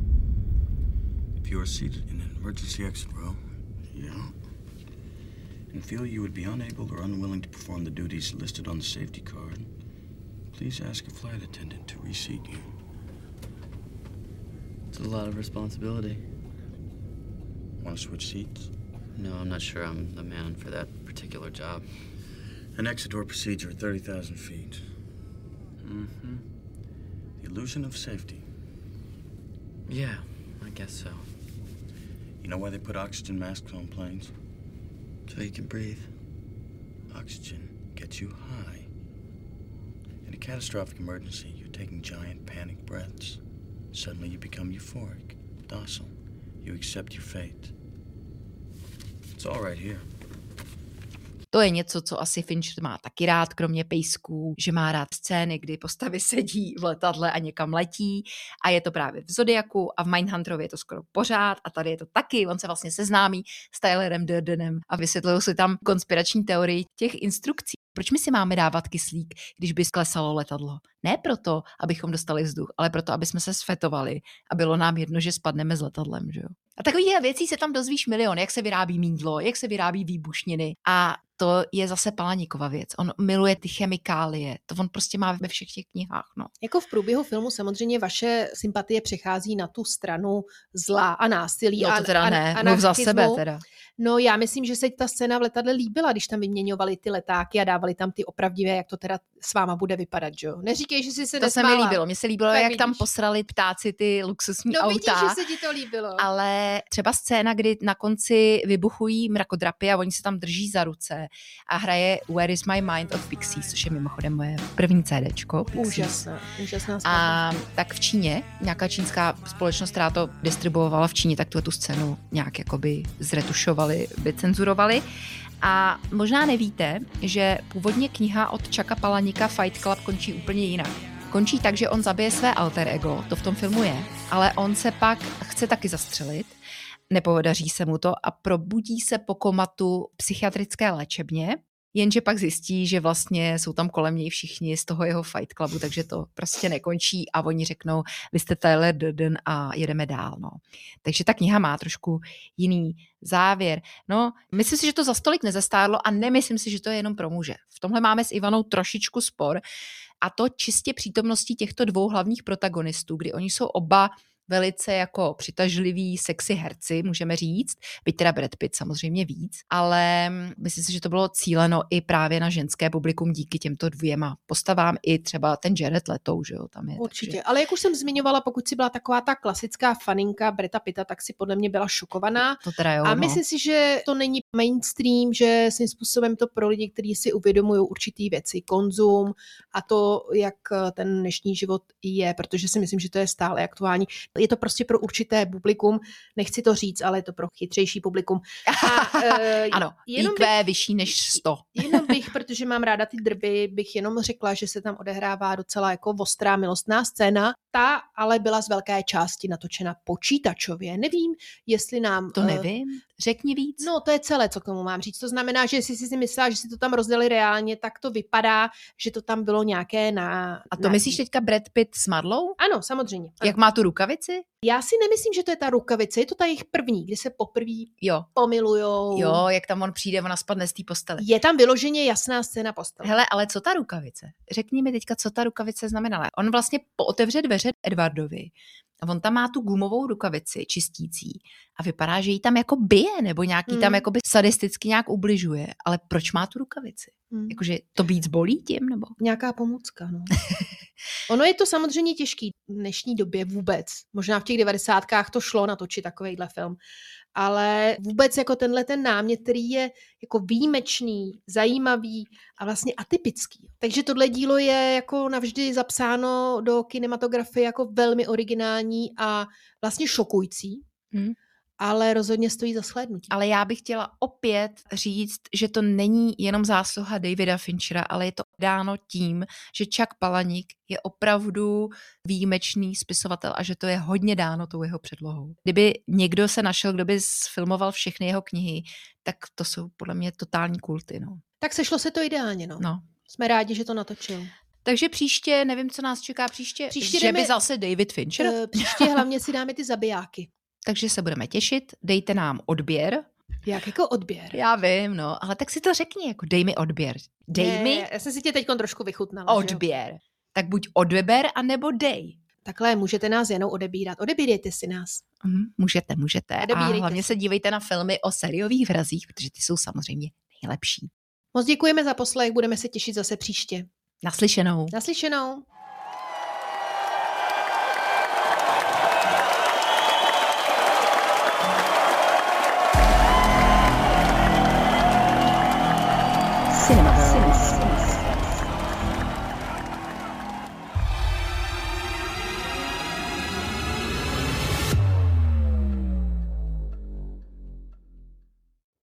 If you are seated in an emergency exit row, yeah, and feel you would be unable or unwilling to perform the duties listed on the safety card, please ask a flight attendant to reseat you. It's a lot of responsibility. Want to switch seats? No, I'm not sure I'm the man for that particular job. An exit door procedure at thirty thousand feet. Mm-hmm. The illusion of safety. Yeah, I guess so. You know why they put oxygen masks on planes? So you can breathe. Oxygen gets you high. In a catastrophic emergency, you're taking giant panic breaths. Suddenly you become euphoric, docile. You accept your fate. It's all right here. To je něco, co asi Fincher má taky rád, kromě pejsků, že má rád scény, kdy postavy sedí v letadle a někam letí a je to právě v Zodiaku a v Mindhunterově je to skoro pořád a tady je to taky, on se vlastně seznámí s Tylerem Durdenem a vysvětlují si tam konspirační teorii těch instrukcí. Proč my si máme dávat kyslík, když by sklesalo letadlo? Ne proto, abychom dostali vzduch, ale proto, aby jsme se sfetovali a bylo nám jedno, že spadneme s letadlem, že jo? A takových věcí se tam dozvíš milion, jak se vyrábí mýdlo, jak se vyrábí výbušniny a to je zase Palaníkova věc. On miluje ty chemikálie, to on prostě má ve všech těch knihách, no. Jako v průběhu filmu samozřejmě vaše sympatie přechází na tu stranu zla a násilí. No to a, teda a, ne, a mluv za anarchismu. sebe teda. No já myslím, že se ta scéna v letadle líbila, když tam vyměňovali ty letáky a dávali tam ty opravdivé, jak to teda s váma bude vypadat, jo. Neříkej, že jsi se To se nesmála. mi líbilo. Mně se líbilo, Tak jak vidíš. tam posrali ptáci ty luxusní No auta. vidíš, že se ti to líbilo. Ale třeba scéna, kdy na konci vybuchují mrakodrapy a oni se tam drží za ruce a hraje Where is my mind od Pixies, což je mimochodem moje první CDčko. Pixies. Úžasná, úžasná A tak v Číně, nějaká čínská společnost, která to distribuovala v Číně, tak tuhle tu scénu nějak jakoby zretušovali, vycenzurovali. A možná nevíte, že původně kniha od Chucka Palahnicka Fight Club končí úplně jinak. Končí tak, že on zabije své alter ego, to v tom filmu je, ale on se pak chce taky zastřelit, nepodaří se mu to a probudí se po komatu psychiatrické léčebně, jenže pak zjistí, že vlastně jsou tam kolem něj všichni z toho jeho Fight Clubu, takže to prostě nekončí a oni řeknou, vy jste Tyler Durden a jedeme dál. No. Takže ta kniha má trošku jiný závěr. No, myslím si, že to za stolik nezastárlo a nemyslím si, že to je jenom pro muže. V tomhle máme s Ivanou trošičku spor a to čistě přítomností těchto dvou hlavních protagonistů, kdy oni jsou oba velice jako přitažliví, sexy herci, můžeme říct, byť teda Brad Pitt samozřejmě víc, ale myslím si, že to bylo cíleno i právě na ženské publikum díky těmto dvěma postavám, i třeba ten Jared Leto, že jo, tam je. Určitě, takže... ale jak už jsem zmiňovala, pokud si byla taková ta klasická faninka Brada Pitta, tak si podle mě byla šokovaná. To teda jo, a no. myslím si, že to není mainstream, že svým způsobem to pro lidi, kteří si uvědomují určitý věci, konzum a to, jak ten dnešní život je, protože si myslím, že to je stále aktuální. Je to prostě pro určité publikum, nechci to říct, ale je to pro chytřejší publikum. A, uh, ano, I Q bych, vyšší než sto. Jenom bych, protože mám ráda ty drby, bych jenom řekla, že se tam odehrává docela jako ostrá milostná scéna. Ta ale byla z velké části natočena počítačově. Nevím, jestli nám... To nevím. Řekni víc. No, to je celé, co k tomu mám říct. To znamená, že jestli jsi si myslela, že si to tam rozdali reálně, tak to vypadá, že to tam bylo nějaké na... A to na... myslíš teďka Brad Pitt s Madlou? Ano, samozřejmě. Ano. Jak má tu rukavici? Já si nemyslím, že to je ta rukavice, je to ta jejich první, kdy se poprvé jo. pomilujou. Jo, jak tam on přijde, ona spadne z té postele. Je tam vyloženě jasná scéna postele. Hele, ale co ta rukavice? Řekni mi teďka, co ta rukavice znamenala. On vlastně pootevře dveře Edwardovi a on tam má tu gumovou rukavici čistící a vypadá, že jí tam jako bije, nebo nějaký hmm. tam jakoby sadisticky nějak ubližuje. Ale proč má tu rukavici? Hmm. Jakože to víc bolí tím, nebo? Nějaká pomůcka, no. Ono je to samozřejmě těžký v dnešní době vůbec. Možná v těch devadesátkách to šlo natočit takovejhle film. Ale vůbec jako tenhle ten námět, který je jako výjimečný, zajímavý a vlastně atypický. Takže tohle dílo je jako navždy zapsáno do kinematografie jako velmi originální a vlastně šokující. Hmm. Ale rozhodně stojí za shlédnutí. Ale já bych chtěla opět říct, že to není jenom zásluha Davida Finchera, ale je to dáno tím, že Chuck Palahnic je opravdu výjimečný spisovatel a že to je hodně dáno tou jeho předlohou. Kdyby někdo se našel, kdo by sfilmoval všechny jeho knihy, tak to jsou podle mě totální kulty. No. Tak sešlo se to ideálně. No. no. Jsme rádi, že to natočil. Takže příště, nevím, co nás čeká příště, příště že jdeme, by zase David Fincher. Uh, příště hlavně si dáme ty zabijáky. Takže se budeme těšit, dejte nám odběr. Jak jako odběr? Já vím, no, ale tak si to řekni, jako dej mi odběr. Dej ne, mi... Já jsem si tě teď trošku vychutnala. Odběr. Tak buď odber, anebo dej. Takhle, můžete nás jenom odebírat. Odebírejte si nás. Mm, můžete, můžete. Odebírejte a hlavně si. se dívejte na filmy o sériových vrazích, protože ty jsou samozřejmě nejlepší. Moc děkujeme za poslech, budeme se těšit zase příště. Naslyšenou. Naslyšenou.